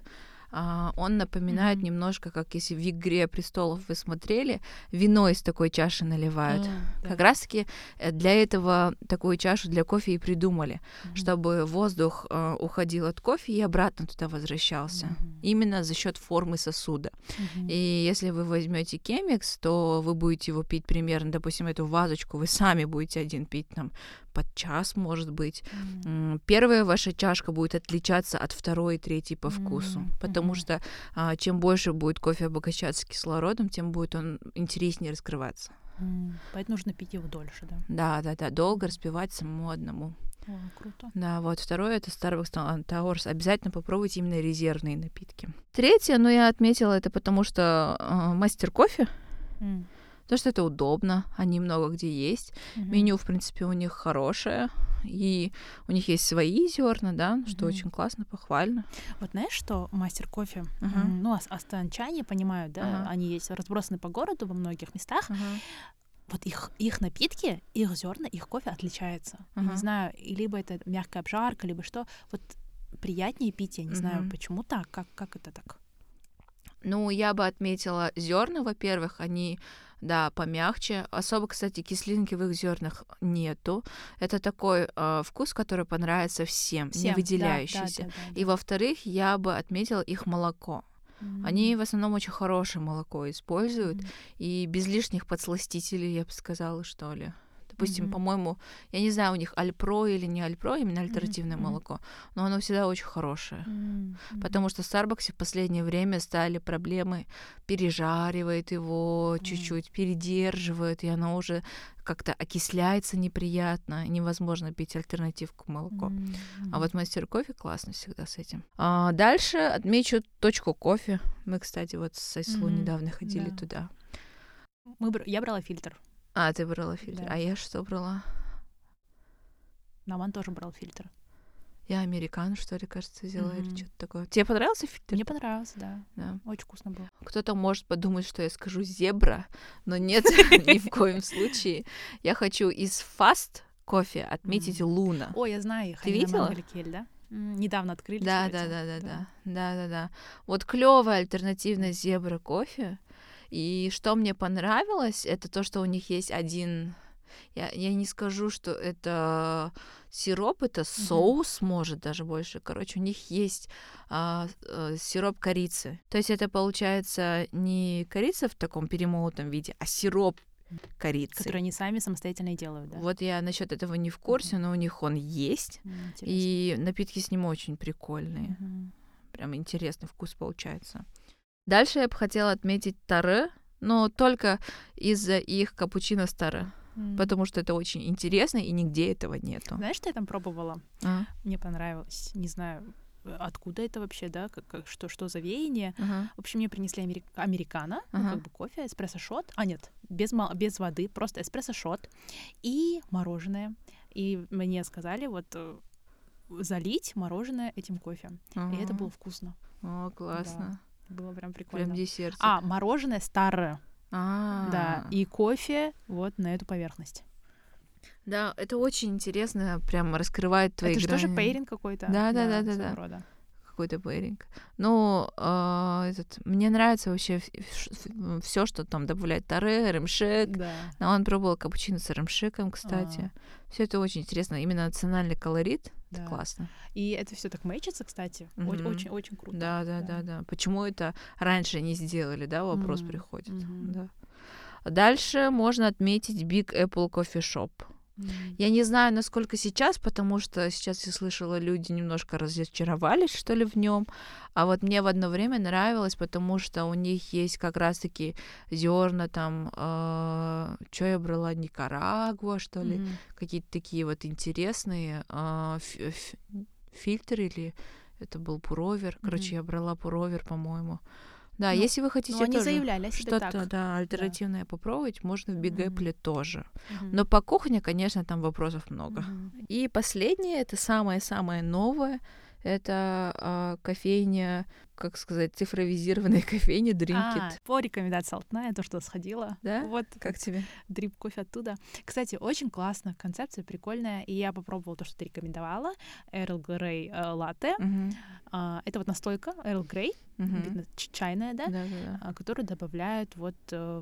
Он напоминает немножко, как если в «Игре престолов» вы смотрели, вино из такой чаши наливают. Как раз-таки для этого такую чашу для кофе и придумали, чтобы воздух уходил от кофе и обратно туда возвращался. Именно за счет формы сосуда. И если вы возьмете Chemex, то вы будете его пить примерно, допустим, эту вазочку вы сами будете один пить там под час, может быть. Первая ваша чашка будет отличаться от второй и третьей по вкусу, потому что чем больше будет кофе обогащаться кислородом, тем будет он интереснее раскрываться. Поэтому нужно пить его дольше, да? Да, долго распивать самому одному. О, круто. Да, вот второе это Starbucks Talent Towers. Обязательно попробуйте именно резервные напитки. Третье, я отметила это, потому что мастер кофе. Потому что это удобно, они много где есть. Меню, в принципе, у них хорошее. И у них есть свои зерна, да, что очень классно, похвально. Вот знаешь, что мастер кофе, астанчане понимают, да, они есть разбросаны по городу во многих местах. Вот их напитки, их зерна, их кофе отличается. Я не знаю, либо это мягкая обжарка, либо что. Вот приятнее пить, я не знаю, почему так, как это так? Ну, я бы отметила зерна, во-первых, они, да, помягче. Особо, кстати, кислинки в их зернах нету. Это такой вкус, который понравится всем, не выделяющийся. Да. И, во-вторых, я бы отметила их молоко. Они в основном очень хорошее молоко используют, и без лишних подсластителей, я бы сказала, что ли. Допустим, по-моему, я не знаю, у них Альпро или не Альпро, именно альтернативное молоко, но оно всегда очень хорошее. Потому что в Starbucks в последнее время стали проблемы, пережаривает его чуть-чуть, передерживает, и оно уже как-то окисляется неприятно, невозможно пить альтернативку молоко. А вот мастер кофе классно всегда с этим. Дальше отмечу точку кофе. Мы, кстати, вот с Айслу недавно ходили туда. Я брала фильтр. Ты брала фильтр. Да. А я что брала? Наван тоже брал фильтр. Я американо, что ли, кажется, взяла или что-то такое. Тебе понравился фильтр? Мне понравился, да. Очень вкусно было. Кто-то может подумать, что я скажу зебра, но нет, ни в коем случае. Я хочу из фаст кофе отметить Луна. Ой, я знаю их. Ты видела? Да? Недавно открыли. Да. Вот клёвая альтернативная зебра кофе. И что мне понравилось, это то, что у них есть один... Я не скажу, что это сироп, это соус, может, даже больше. Короче, у них есть сироп корицы. То есть это получается не корица в таком перемолотом виде, а сироп корицы. Который они сами самостоятельно делают, да? Вот я насчет этого не в курсе, но у них он есть. Интересно. И напитки с ним очень прикольные. Прям интересный вкус получается. Дальше я бы хотела отметить Таре, но только из-за их капучино с Таре, потому что это очень интересно, и нигде этого нету. Знаешь, что я там пробовала? Мне понравилось. Не знаю, откуда это вообще, да, что за веяние. В общем, мне принесли американо, как бы кофе, эспрессо-шот. Нет, без воды, просто эспрессо-шот и мороженое. И мне сказали вот залить мороженое этим кофе. И это было вкусно. О, классно. Да, было прям прикольно. Прям десерт. Мороженое старое. Да, и кофе вот на эту поверхность. Да, это очень интересно, прям раскрывает твои грани. Это же тоже пейринг какой-то? Да. Рода. Какой-то пейринг. Ну, мне нравится вообще все, что там добавляет таре, ремшек. Да. Он пробовал капучино с ремшеком, кстати. Все это очень интересно. Именно национальный колорит. Да. Это классно. И это все так мэчится, кстати. Очень-очень круто. Да. Почему это раньше не сделали, да? Вопрос приходит. Да. Дальше можно отметить Big Apple Coffee Shop. Я не знаю, насколько сейчас, потому что сейчас я слышала, люди немножко разочаровались, что ли, в нем. А вот мне в одно время нравилось, потому что у них есть как раз-таки зерна там, что я брала, Никарагуа, что ли, какие-то такие вот интересные фильтры, или это был пуровер. Короче, я брала пуровер, по-моему. Да, если вы хотите они тоже заявляли что-то альтернативное попробовать, можно в Big Apple тоже. Но по кухне, конечно, там вопросов много. И последнее, это самое-самое новое, это кофейня, как сказать, цифровизированная кофейня Drinkit. По рекомендации Алтная, то, что сходила. Да? Вот как тебе? Дрип кофе оттуда. Кстати, очень классно, концепция прикольная. И я попробовала то, что ты рекомендовала. Earl Grey латте. Это вот настойка Earl Grey, видно, чайная, да? Которую добавляют вот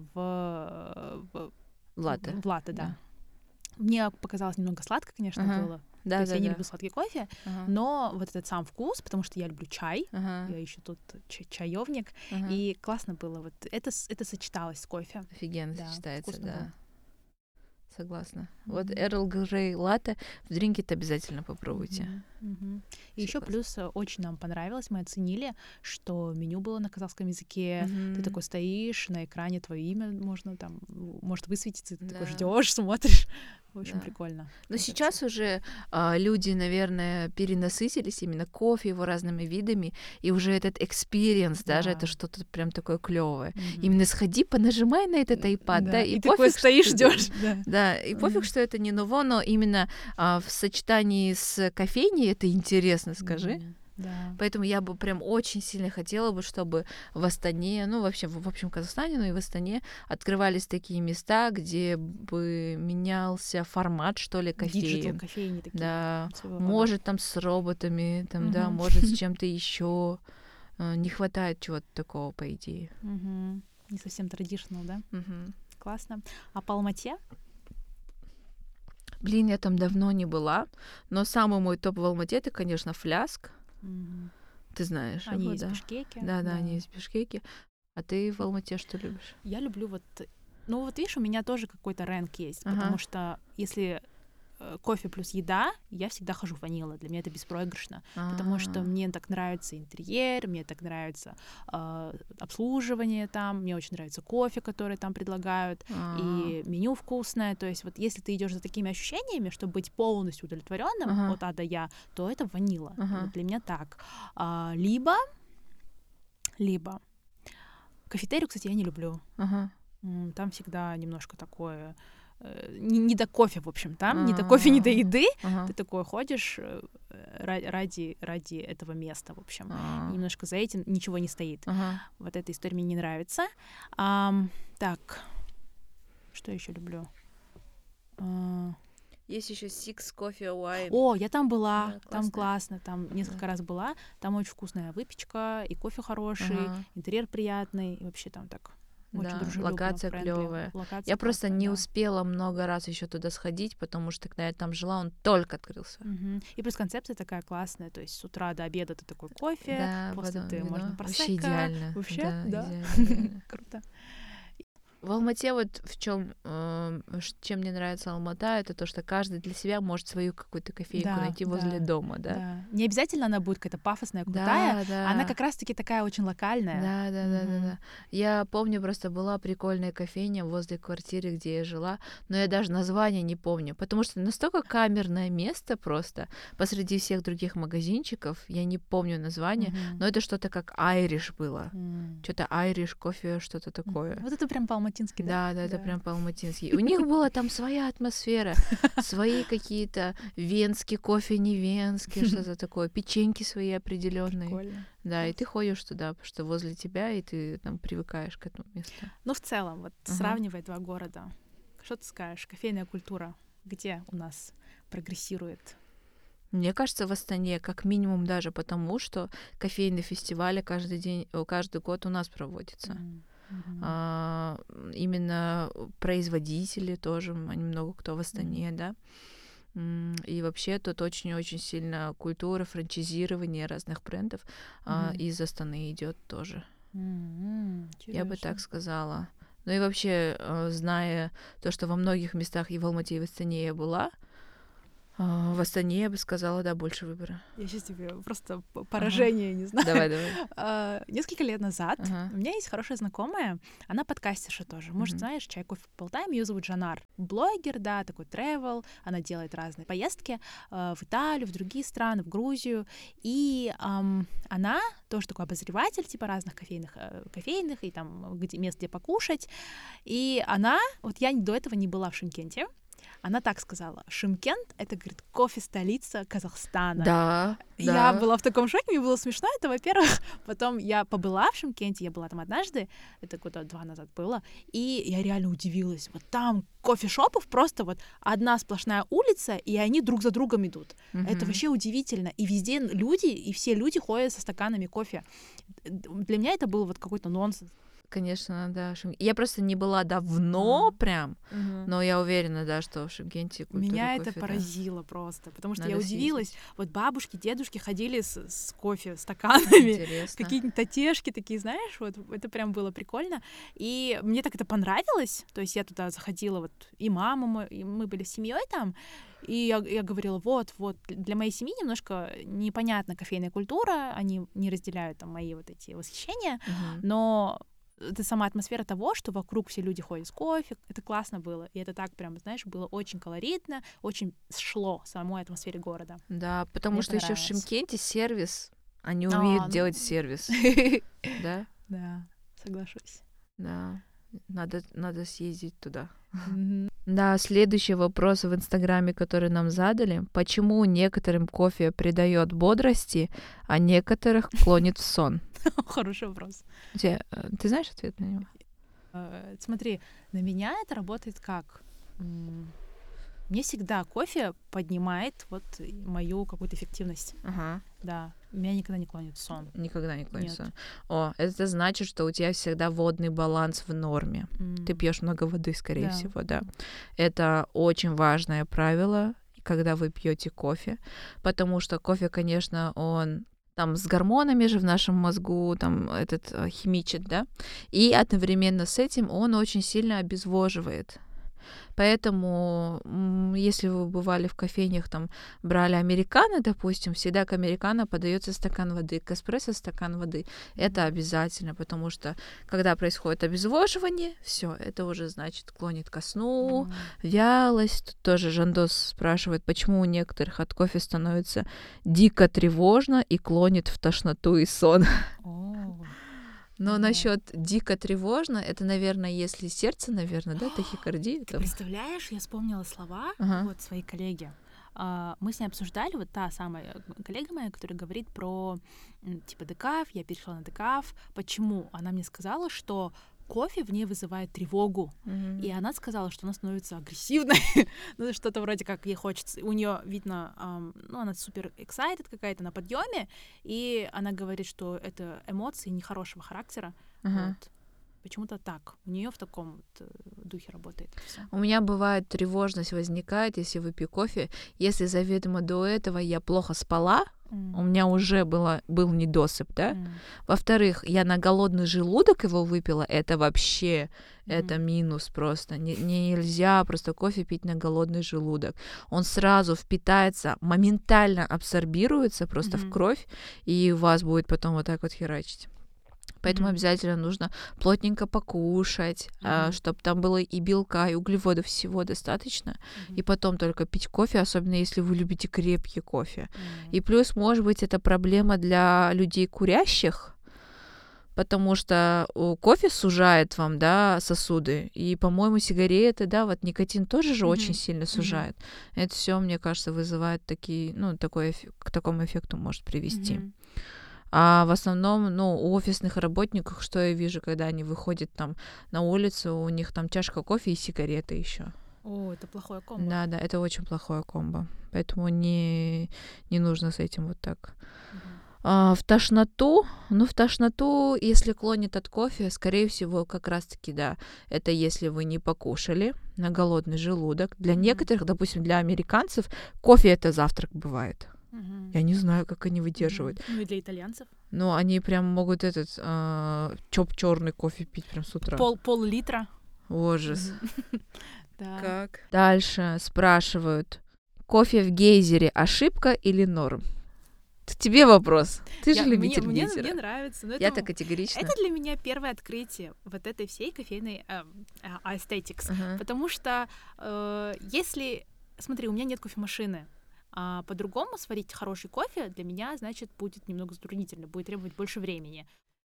в латте. В латте, да. Мне показалось немного сладко, конечно, было. То есть я не люблю сладкий кофе, но вот этот сам вкус, потому что я люблю чай, я еще тут чаевник, и классно было. Вот это сочеталось с кофе. Офигенно сочетается, да. Было. Согласна. Вот Earl Grey латте в Drinkit обязательно попробуйте. И еще плюс очень нам понравилось, мы оценили, что меню было на казахском языке. Ты такой стоишь, на экране твое имя можно там, может высветиться, ты такой ждешь, смотришь. Очень прикольно. Но сейчас уже люди, наверное, перенасытились именно кофе, его разными видами, и уже этот experience, даже это что-то прям такое клевое. Именно сходи, понажимай на этот iPad, да, и пофиг, стоишь, ждешь. Да, и пофиг, что это не ново, но именно в сочетании с кофейней это интересно, скажи. Да. Поэтому я бы прям очень сильно хотела бы, чтобы в Астане, ну, вообще, в общем, Казахстане, но и в Астане открывались такие места, где бы менялся формат, что ли, кофеин. Кофейни такие. Да, может, там с роботами, там, да, может, с чем-то еще. Не хватает чего-то такого, по идее. Не совсем традиционно, да? Классно. А по Алмате? Блин, я там давно не была, но самый мой топ в Алмате — это, конечно, Фляск. Ты знаешь они его, из да? Бишкеки. Да, они из Бишкеки. А ты в Алмате что любишь? Я люблю вот... Ну вот видишь, у меня тоже какой-то рэнк есть, потому что если кофе плюс еда, я всегда хожу в ванила. Для меня это беспроигрышно, потому что мне так нравится интерьер, мне так нравится обслуживание там, мне очень нравится кофе, который там предлагают, и меню вкусное. То есть вот если ты идешь за такими ощущениями, чтобы быть полностью удовлетворенным от А до Я, то это ванила. Вот для меня так. Либо кафетерию, кстати, я не люблю. Там всегда немножко такое... Не до кофе, в общем, там, не до кофе, не до еды. Ты такой ходишь ради этого места, в общем. Немножко за этим ничего не стоит. Вот эта история мне не нравится. Так, что еще люблю? Есть еще Six Coffee Wine. О, я там была, там классно, там несколько раз была. Там очень вкусная выпечка, и кофе хороший, интерьер приятный, и вообще там так... Да, локация клевая. Я просто не успела много раз еще туда сходить, потому что когда я там жила, он только открылся. И плюс концепция такая классная, то есть с утра до обеда ты такой кофе, да, после ты можно просека. Вообще идеально. Вообще, да. Идеально. Круто. В Алмате вот чем мне нравится Алмата, это то, что каждый для себя может свою какую-то кофейку найти возле дома, да. Не обязательно она будет какая-то пафосная, крутая, она как раз-таки такая очень локальная. Да. Я помню, просто была прикольная кофейня возле квартиры, где я жила, но я даже название не помню, потому что настолько камерное место просто посреди всех других магазинчиков, я не помню название, но это что-то как Айриш было, что-то Айриш кофе, что-то такое. Вот это прям по Алмате по-алматински, да? Да, это прям по-алматински. У них была там своя атмосфера, свои какие-то венский кофе, не венский, что-то такое, печеньки свои определенные. Прикольно. Да, и ты ходишь туда, потому что возле тебя, и ты там привыкаешь к этому месту. Ну, в целом, вот сравнивая два города, что ты скажешь? Кофейная культура где у нас прогрессирует? Мне кажется, в Астане как минимум даже потому, что кофейные фестивали каждый год у нас проводятся. Именно производители тоже, они много кто в Астане, да. И вообще тут очень-очень сильно культура франчайзирования разных брендов из Астаны идет тоже. Я бы так сказала. Ну и вообще, зная то, что во многих местах и в Алмате, и в Астане я была, в Астане, я бы сказала, да, больше выбора. Я сейчас тебе просто поражение, не знаю. Давай. Несколько лет назад у меня есть хорошая знакомая, она подкастерша тоже. Может, знаешь, чай, кофе поболтаем, ее зовут Жанар. Блогер, да, такой travel, она делает разные поездки в Италию, в другие страны, в Грузию. И она тоже такой обозреватель, типа разных кофейных и там мест, где покушать. И она, вот я до этого не была в Шымкенте, она так сказала: Шымкент — это, говорит, кофе-столица Казахстана. Да. Я была в таком шоке, мне было смешно, это, во-первых. Потом я побыла в Шымкенте, я была там однажды, это года 2 назад было, и я реально удивилась. Вот там кофешопов просто вот одна сплошная улица, и они друг за другом идут. Это вообще удивительно. И везде люди, и все люди ходят со стаканами кофе. Для меня это был вот какой-то нонсенс. Конечно, да. Я просто не была давно прям, но я уверена, да, что в Шымкенте культура меня кофе, это поразило просто, потому что надо я удивилась. съездить. Вот бабушки, дедушки ходили с кофе, стаканами, Интересно. какие-нибудь татешки такие, знаешь, вот это прям было прикольно. И мне так это понравилось, то есть я туда заходила, вот и мама, и мы были с семьей там, и я говорила, вот, для моей семьи немножко непонятна кофейная культура, они не разделяют там мои вот эти восхищения, но это сама атмосфера того, что вокруг все люди ходят с кофе, это классно было, и это так прям, знаешь, было очень колоритно, очень шло самой атмосфере города. Да, потому что еще в Шымкенте сервис, они умеют делать сервис, да? Да, соглашусь. Да, надо съездить туда. Да, следующий вопрос в Инстаграме, который нам задали. Почему некоторым кофе придает бодрости, а некоторых клонит в сон? Хороший вопрос. Ты знаешь ответ на него? Смотри, на меня это работает как? Мне всегда кофе поднимает вот мою какую-то эффективность. Да, меня никогда не клонит в сон. Никогда не клонит в сон. О, это значит, что у тебя всегда водный баланс в норме. Ты пьешь много воды, скорее всего, да. Это очень важное правило, когда вы пьете кофе, потому что кофе, конечно, он там с гормонами же в нашем мозгу, там химичит, да, и одновременно с этим он очень сильно обезвоживает. Поэтому, если вы бывали в кофейнях, там, брали американо, допустим, всегда к американо подается стакан воды, к эспрессо стакан воды. Это обязательно, потому что, когда происходит обезвоживание, все, это уже, значит, клонит ко сну, вялость. Тут тоже Жандос спрашивает, почему у некоторых от кофе становится дико тревожно и клонит в тошноту и сон. Но насчет дико тревожно, это, наверное, если сердце, наверное, да, тахикардия. Ты представляешь, я вспомнила слова вот своей коллеги. Мы с ней обсуждали, вот та самая коллега моя, которая говорит про типа декаф, я перешла на декаф. Почему? Она мне сказала, что кофе в ней вызывает тревогу. И она сказала, что она становится агрессивной. Ну, что-то вроде как ей хочется. У нее видно, она супер excited какая-то на подъеме, и она говорит, что это эмоции нехорошего характера. Вот. Почему-то так. У нее в таком вот духе работает всё. У меня бывает тревожность возникает, если выпью кофе. Если заведомо до этого я плохо спала, у меня уже был недосып, да? Во-вторых, я на голодный желудок его выпила, это вообще, это минус просто. Нельзя просто кофе пить на голодный желудок. Он сразу впитается, моментально абсорбируется просто в кровь, и вас будет потом вот так вот херачить. Поэтому обязательно нужно плотненько покушать, чтобы там было и белка, и углеводов всего достаточно. И потом только пить кофе, особенно если вы любите крепкий кофе. И плюс, может быть, это проблема для людей курящих, потому что кофе сужает вам, да, сосуды, и, по-моему, сигареты, да, вот никотин тоже же очень сильно сужает. Это все, мне кажется, вызывает такие, ну, к такому эффекту может привести. А в основном, ну, у офисных работников, что я вижу, когда они выходят там на улицу, у них там чашка кофе и сигареты еще. О, это плохое комбо. Да, это очень плохое комбо. Поэтому не нужно с этим вот так. В тошноту, если клонит от кофе, скорее всего, как раз-таки, да, это если вы не покушали на голодный желудок. Для некоторых, допустим, для американцев, кофе — это завтрак бывает. Я не знаю, как они выдерживают. Ну и для итальянцев? Ну, они прям могут черный кофе пить прям с утра. Пол-литра. Ужас. Да. Как? Дальше спрашивают, кофе в гейзере ошибка или норм? Тебе вопрос. Ты же любитель гейзера. Мне нравится. Я-то категорично. Это для меня первое открытие вот этой всей кофейной aesthetics. Потому что если... Смотри, у меня нет кофемашины. А по-другому сварить хороший кофе для меня, значит, будет немного затруднительно, будет требовать больше времени.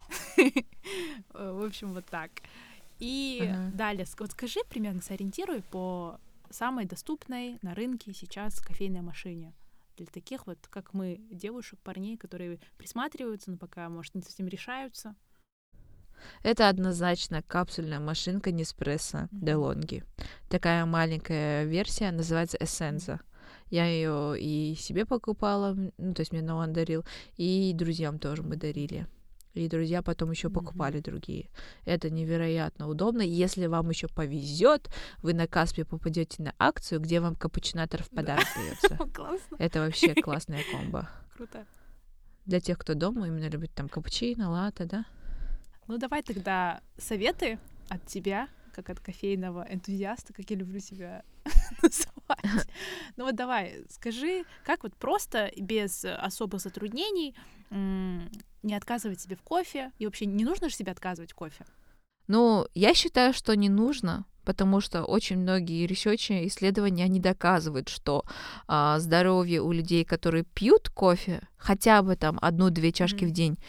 В общем, вот так. И далее, вот скажи, примерно сориентируй по самой доступной на рынке сейчас кофейной машине. Для таких вот, как мы, девушек, парней, которые присматриваются, но пока, может, не совсем решаются. Это однозначно капсульная машинка Nespresso DeLonghi. Такая маленькая версия, называется Essenza. Я ее и себе покупала, ну, то есть мне Ноан дарил, и друзьям тоже мы дарили. И друзья потом еще покупали другие. Это невероятно удобно. Если вам еще повезет, вы на Каспе попадете на акцию, где вам капучинатор в подарок дается. Классно. Это вообще классная комбо. Круто. Для тех, кто дома именно любит там капучино, латте, да? Ну, давай тогда советы от тебя, как от кофейного энтузиаста, как я люблю себя называть. Ну вот давай, скажи, как вот просто, без особых затруднений, не отказывать себе в кофе? И вообще, не нужно же себе отказывать в кофе? Ну, я считаю, что не нужно, потому что очень многие ресерчи, исследования, они доказывают, что здоровье у людей, которые пьют кофе, хотя бы там 1-2 чашки в день,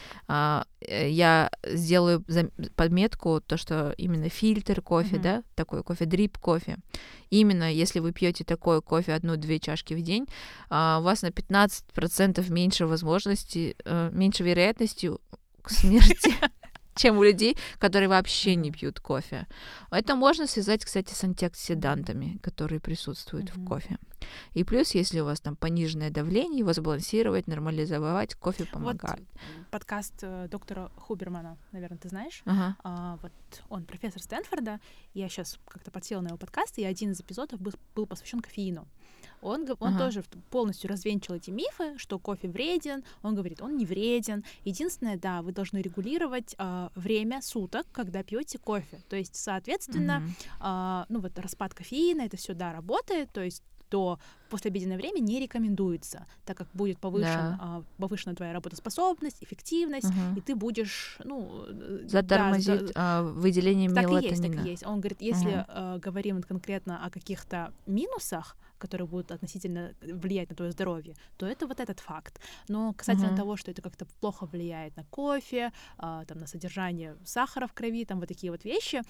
я сделаю подметку, то, что именно фильтр кофе, да, такой кофе, дрип кофе, именно если вы пьете такой кофе 1-2 чашки в день, у вас на 15% меньше возможностей, меньше вероятности к смерти, чем у людей, которые вообще не пьют кофе. Это можно связать, кстати, с антиоксидантами, которые присутствуют в кофе. И плюс, если у вас там пониженное давление, его сбалансировать, нормализовать, кофе помогает. Вот подкаст доктора Хубермана, наверное, ты знаешь? Вот он профессор Стэнфорда. Я сейчас как-то подсела на его подкаст, и один из эпизодов был посвящен кофеину. Он тоже полностью развенчал эти мифы, что кофе вреден. Он говорит, он не вреден. Единственное, да, вы должны регулировать время суток, когда пьете кофе. То есть, соответственно, ну вот распад кофеина, это все, да, работает. То есть до послеобеденное время не рекомендуется, так как будет повышена твоя работоспособность, эффективность, и ты будешь, ну... Затормозит выделение мелатонина. Так и есть. Он говорит, если говорим конкретно о каких-то минусах, которые будут относительно влиять на твое здоровье, то это вот этот факт. Но касательно того, что это как-то плохо влияет на кофе, там, на содержание сахара в крови, там вот такие вот вещи,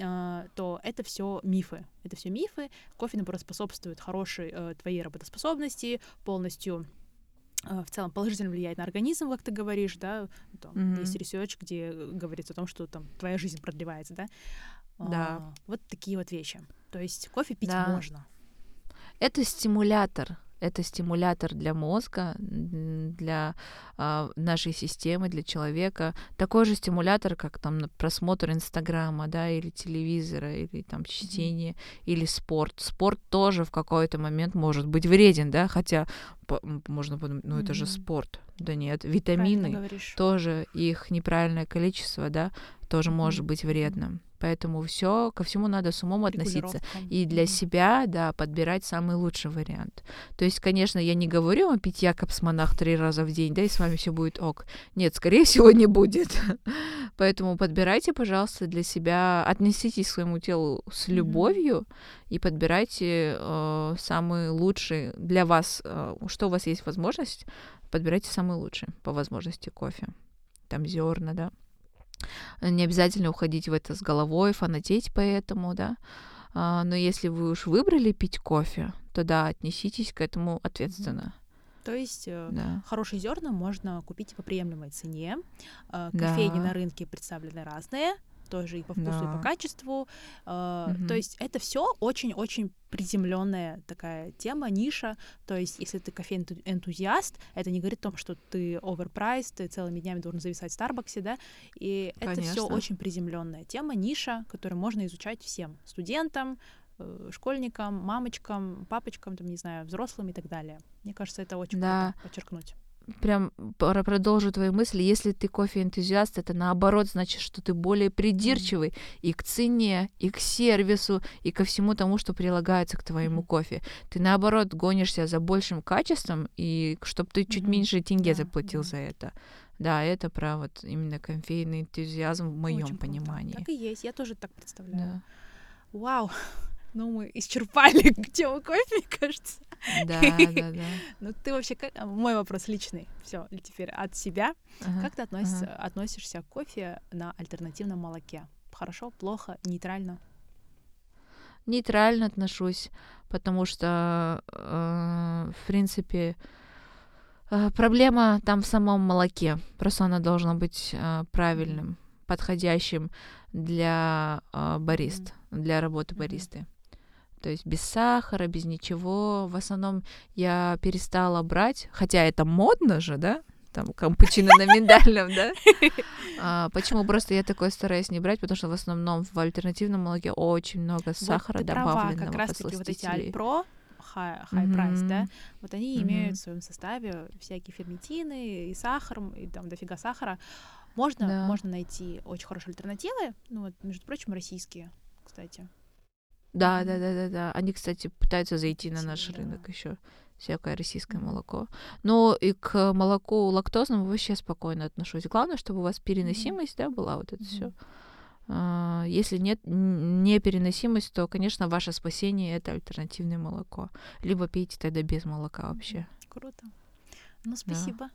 то это все мифы. Это все мифы. Кофе, наоборот, способствует хорошей твоей работоспособности, полностью в целом положительно влияет на организм, как ты говоришь, да, там, есть ресерч, где говорится о том, что там твоя жизнь продлевается, да. Да. Вот такие вот вещи. То есть кофе пить можно. Это стимулятор для мозга, для нашей системы, для человека. Такой же стимулятор, как там просмотр Инстаграма, да, или телевизора, или там чтение, или спорт. Спорт тоже в какой-то момент может быть вреден, да, хотя можно подумать, ну это же спорт. Да нет, витамины тоже, их неправильное количество, да, тоже может быть вредным. Поэтому ко всему надо с умом относиться. И для себя, да, подбирать самый лучший вариант. То есть, конечно, я не говорю вам пить Якобс-Монах 3 раза в день, да, и с вами все будет ок. Нет, скорее всего, не будет. Поэтому подбирайте, пожалуйста, для себя, отнеситесь к своему телу с любовью и подбирайте самый лучший для вас, что у вас есть возможность, подбирайте самый лучший по возможности кофе. Там зерна, да. Не обязательно уходить в это с головой, фанатеть по этому, да. Но если вы уж выбрали пить кофе, то да, отнеситесь к этому ответственно. То есть Да. хорошие зерна можно купить по приемлемой цене. Да. Кофейни на рынке представлены разные, тоже и по вкусу, и по Да. качеству. То Мгм. есть это все очень-очень приземленная такая тема, ниша. То есть если ты кофейный энтузиаст, это не говорит о том, что ты overpriced, ты целыми днями должен зависать в Старбаксе, да. И это все Конечно. очень приземленная тема, ниша, которую можно изучать всем студентам, школьникам, мамочкам, папочкам, там, не знаю, взрослым и так далее. Мне кажется, это очень Да. круто подчеркнуть. Прям продолжу твои мысли. Если ты кофе-энтузиаст, это наоборот значит, что ты более придирчивый и к цене, и к сервису, и ко всему тому, что прилагается к твоему кофе. Ты наоборот гонишься за большим качеством, и чтобы ты чуть меньше тенге заплатил за это. Да, это про вот именно кофейный энтузиазм в моем Очень понимании. Круто. Так и есть, я тоже так представляю. Да. Вау, ну мы исчерпали тему кофе, мне кажется. Да. Ну ты вообще, мой вопрос личный, все, теперь от себя. Как ты относишься к кофе на альтернативном молоке? Хорошо, плохо, нейтрально? Нейтрально отношусь, потому что, в принципе, проблема там в самом молоке. Просто оно должно быть правильным, подходящим для барист, для работы баристы. То есть без сахара, без ничего. В основном я перестала брать, хотя это модно же, да? Там капучино на миндальном, да? Почему просто я такое стараюсь не брать? Потому что в основном в альтернативном молоке очень много сахара добавленного, как раз-таки вот эти Альпро, High Price, да, вот они имеют в своем составе всякие ферментины и сахар, и там дофига сахара. Можно найти очень хорошие альтернативы, ну вот, между прочим, российские, кстати. Да. Они, кстати, пытаются зайти на наш рынок еще. Всякое российское молоко. Но и к молоку лактозному вообще спокойно отношусь. Главное, чтобы у вас переносимость, да, была вот это все. Если нет непереносимость, то, конечно, ваше спасение — это альтернативное молоко. Либо пейте тогда без молока вообще. Круто. Ну, спасибо.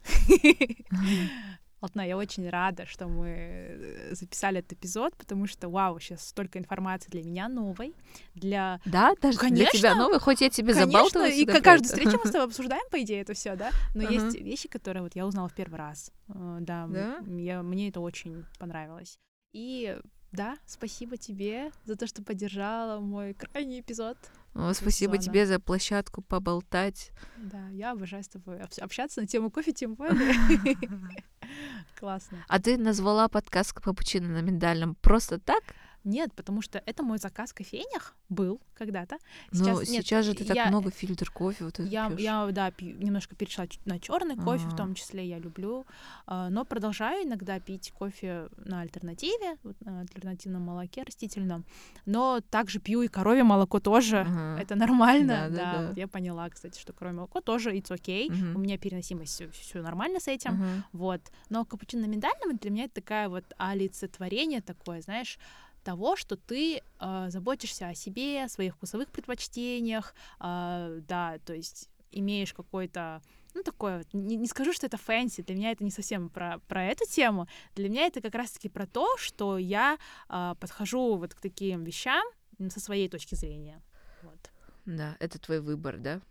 Алтна, я очень рада, что мы записали этот эпизод, потому что, вау, сейчас столько информации для меня новой. Да, даже конечно, для тебя новой, хоть я тебе конечно, забалтываю. И каждую встречу мы с тобой обсуждаем, по идее, это все, да? Но есть вещи, которые вот я узнала в первый раз. Да? Мне это очень понравилось. И да, спасибо тебе за то, что поддержала мой крайний эпизод. Спасибо тебе за площадку поболтать. Да, я обожаю с тобой общаться на тему кофе, тем более. Классно. А ты назвала подкаст «Капучино на миндальном» просто так? Нет, потому что это мой заказ в кофейнях был когда-то. Сейчас же ты так много фильтр кофе вот я немножко перешла на черный кофе, в том числе я люблю, но продолжаю иногда пить кофе на альтернативе, на альтернативном молоке растительном, но также пью и коровье молоко тоже, это нормально, да. Вот я поняла, кстати, что коровье молоко тоже it's okay, у меня переносимость, все нормально с этим, вот, но капучино на миндальном для меня это такая вот олицетворение такое, знаешь, того, что ты заботишься о себе, о своих вкусовых предпочтениях, да, то есть имеешь какой-то, ну, такое, не скажу, что это фэнси, для меня это не совсем про эту тему, для меня это как раз-таки про то, что я подхожу вот к таким вещам со своей точки зрения. Вот. Да, это твой выбор, да?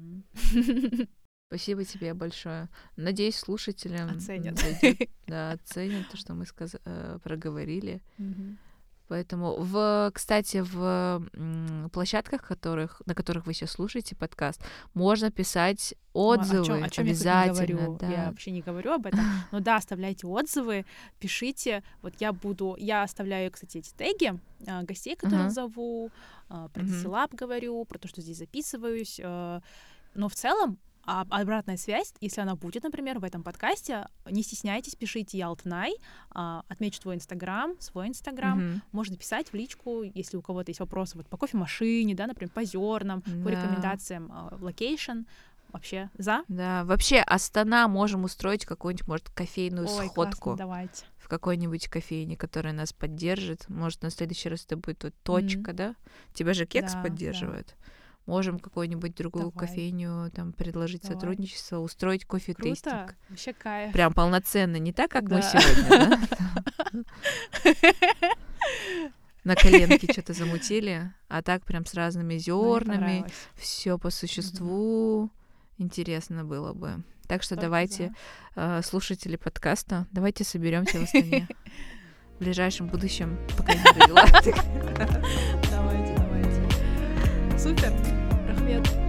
Спасибо тебе большое. Надеюсь, слушателям оценят. Да, оценят то, что мы проговорили. Поэтому, кстати, в площадках, на которых вы сейчас слушаете подкаст, можно писать отзывы. О чем обязательно. Я не говорю? Да. Я вообще не говорю об этом. Но да, оставляйте отзывы, пишите. Вот я оставляю, кстати, эти теги гостей, которых зову, про Дистиллаб говорю, про то, что здесь записываюсь. Но в целом, обратная связь, если она будет, например, в этом подкасте, не стесняйтесь, пишите Ялтнай, отмечу свой инстаграм, можно писать в личку, если у кого-то есть вопросы вот по кофемашине, да, например, по зернам, по рекомендациям локейшн. Вообще за? Да, вообще Астана можем устроить какую-нибудь, может, кофейную сходку. Классно, давайте. В какой-нибудь кофейне, которая нас поддержит. Может, на следующий раз это будет вот точка, да? Тебя же Кекс поддерживает. Да. можем какую-нибудь другую Давай. кофейню там предложить Давай. сотрудничество, устроить кофе-тестинг. Круто, вообще кайф. Прям полноценно, не так, как Да. мы сегодня, да? На коленке что-то замутили, а так прям с разными Мне зернами, понравилось. все по существу. Интересно было бы. Так что Только давайте, слушатели подкаста, давайте соберемся в Астане в ближайшем будущем, пока не родила. Давайте. Супер. Рахмет.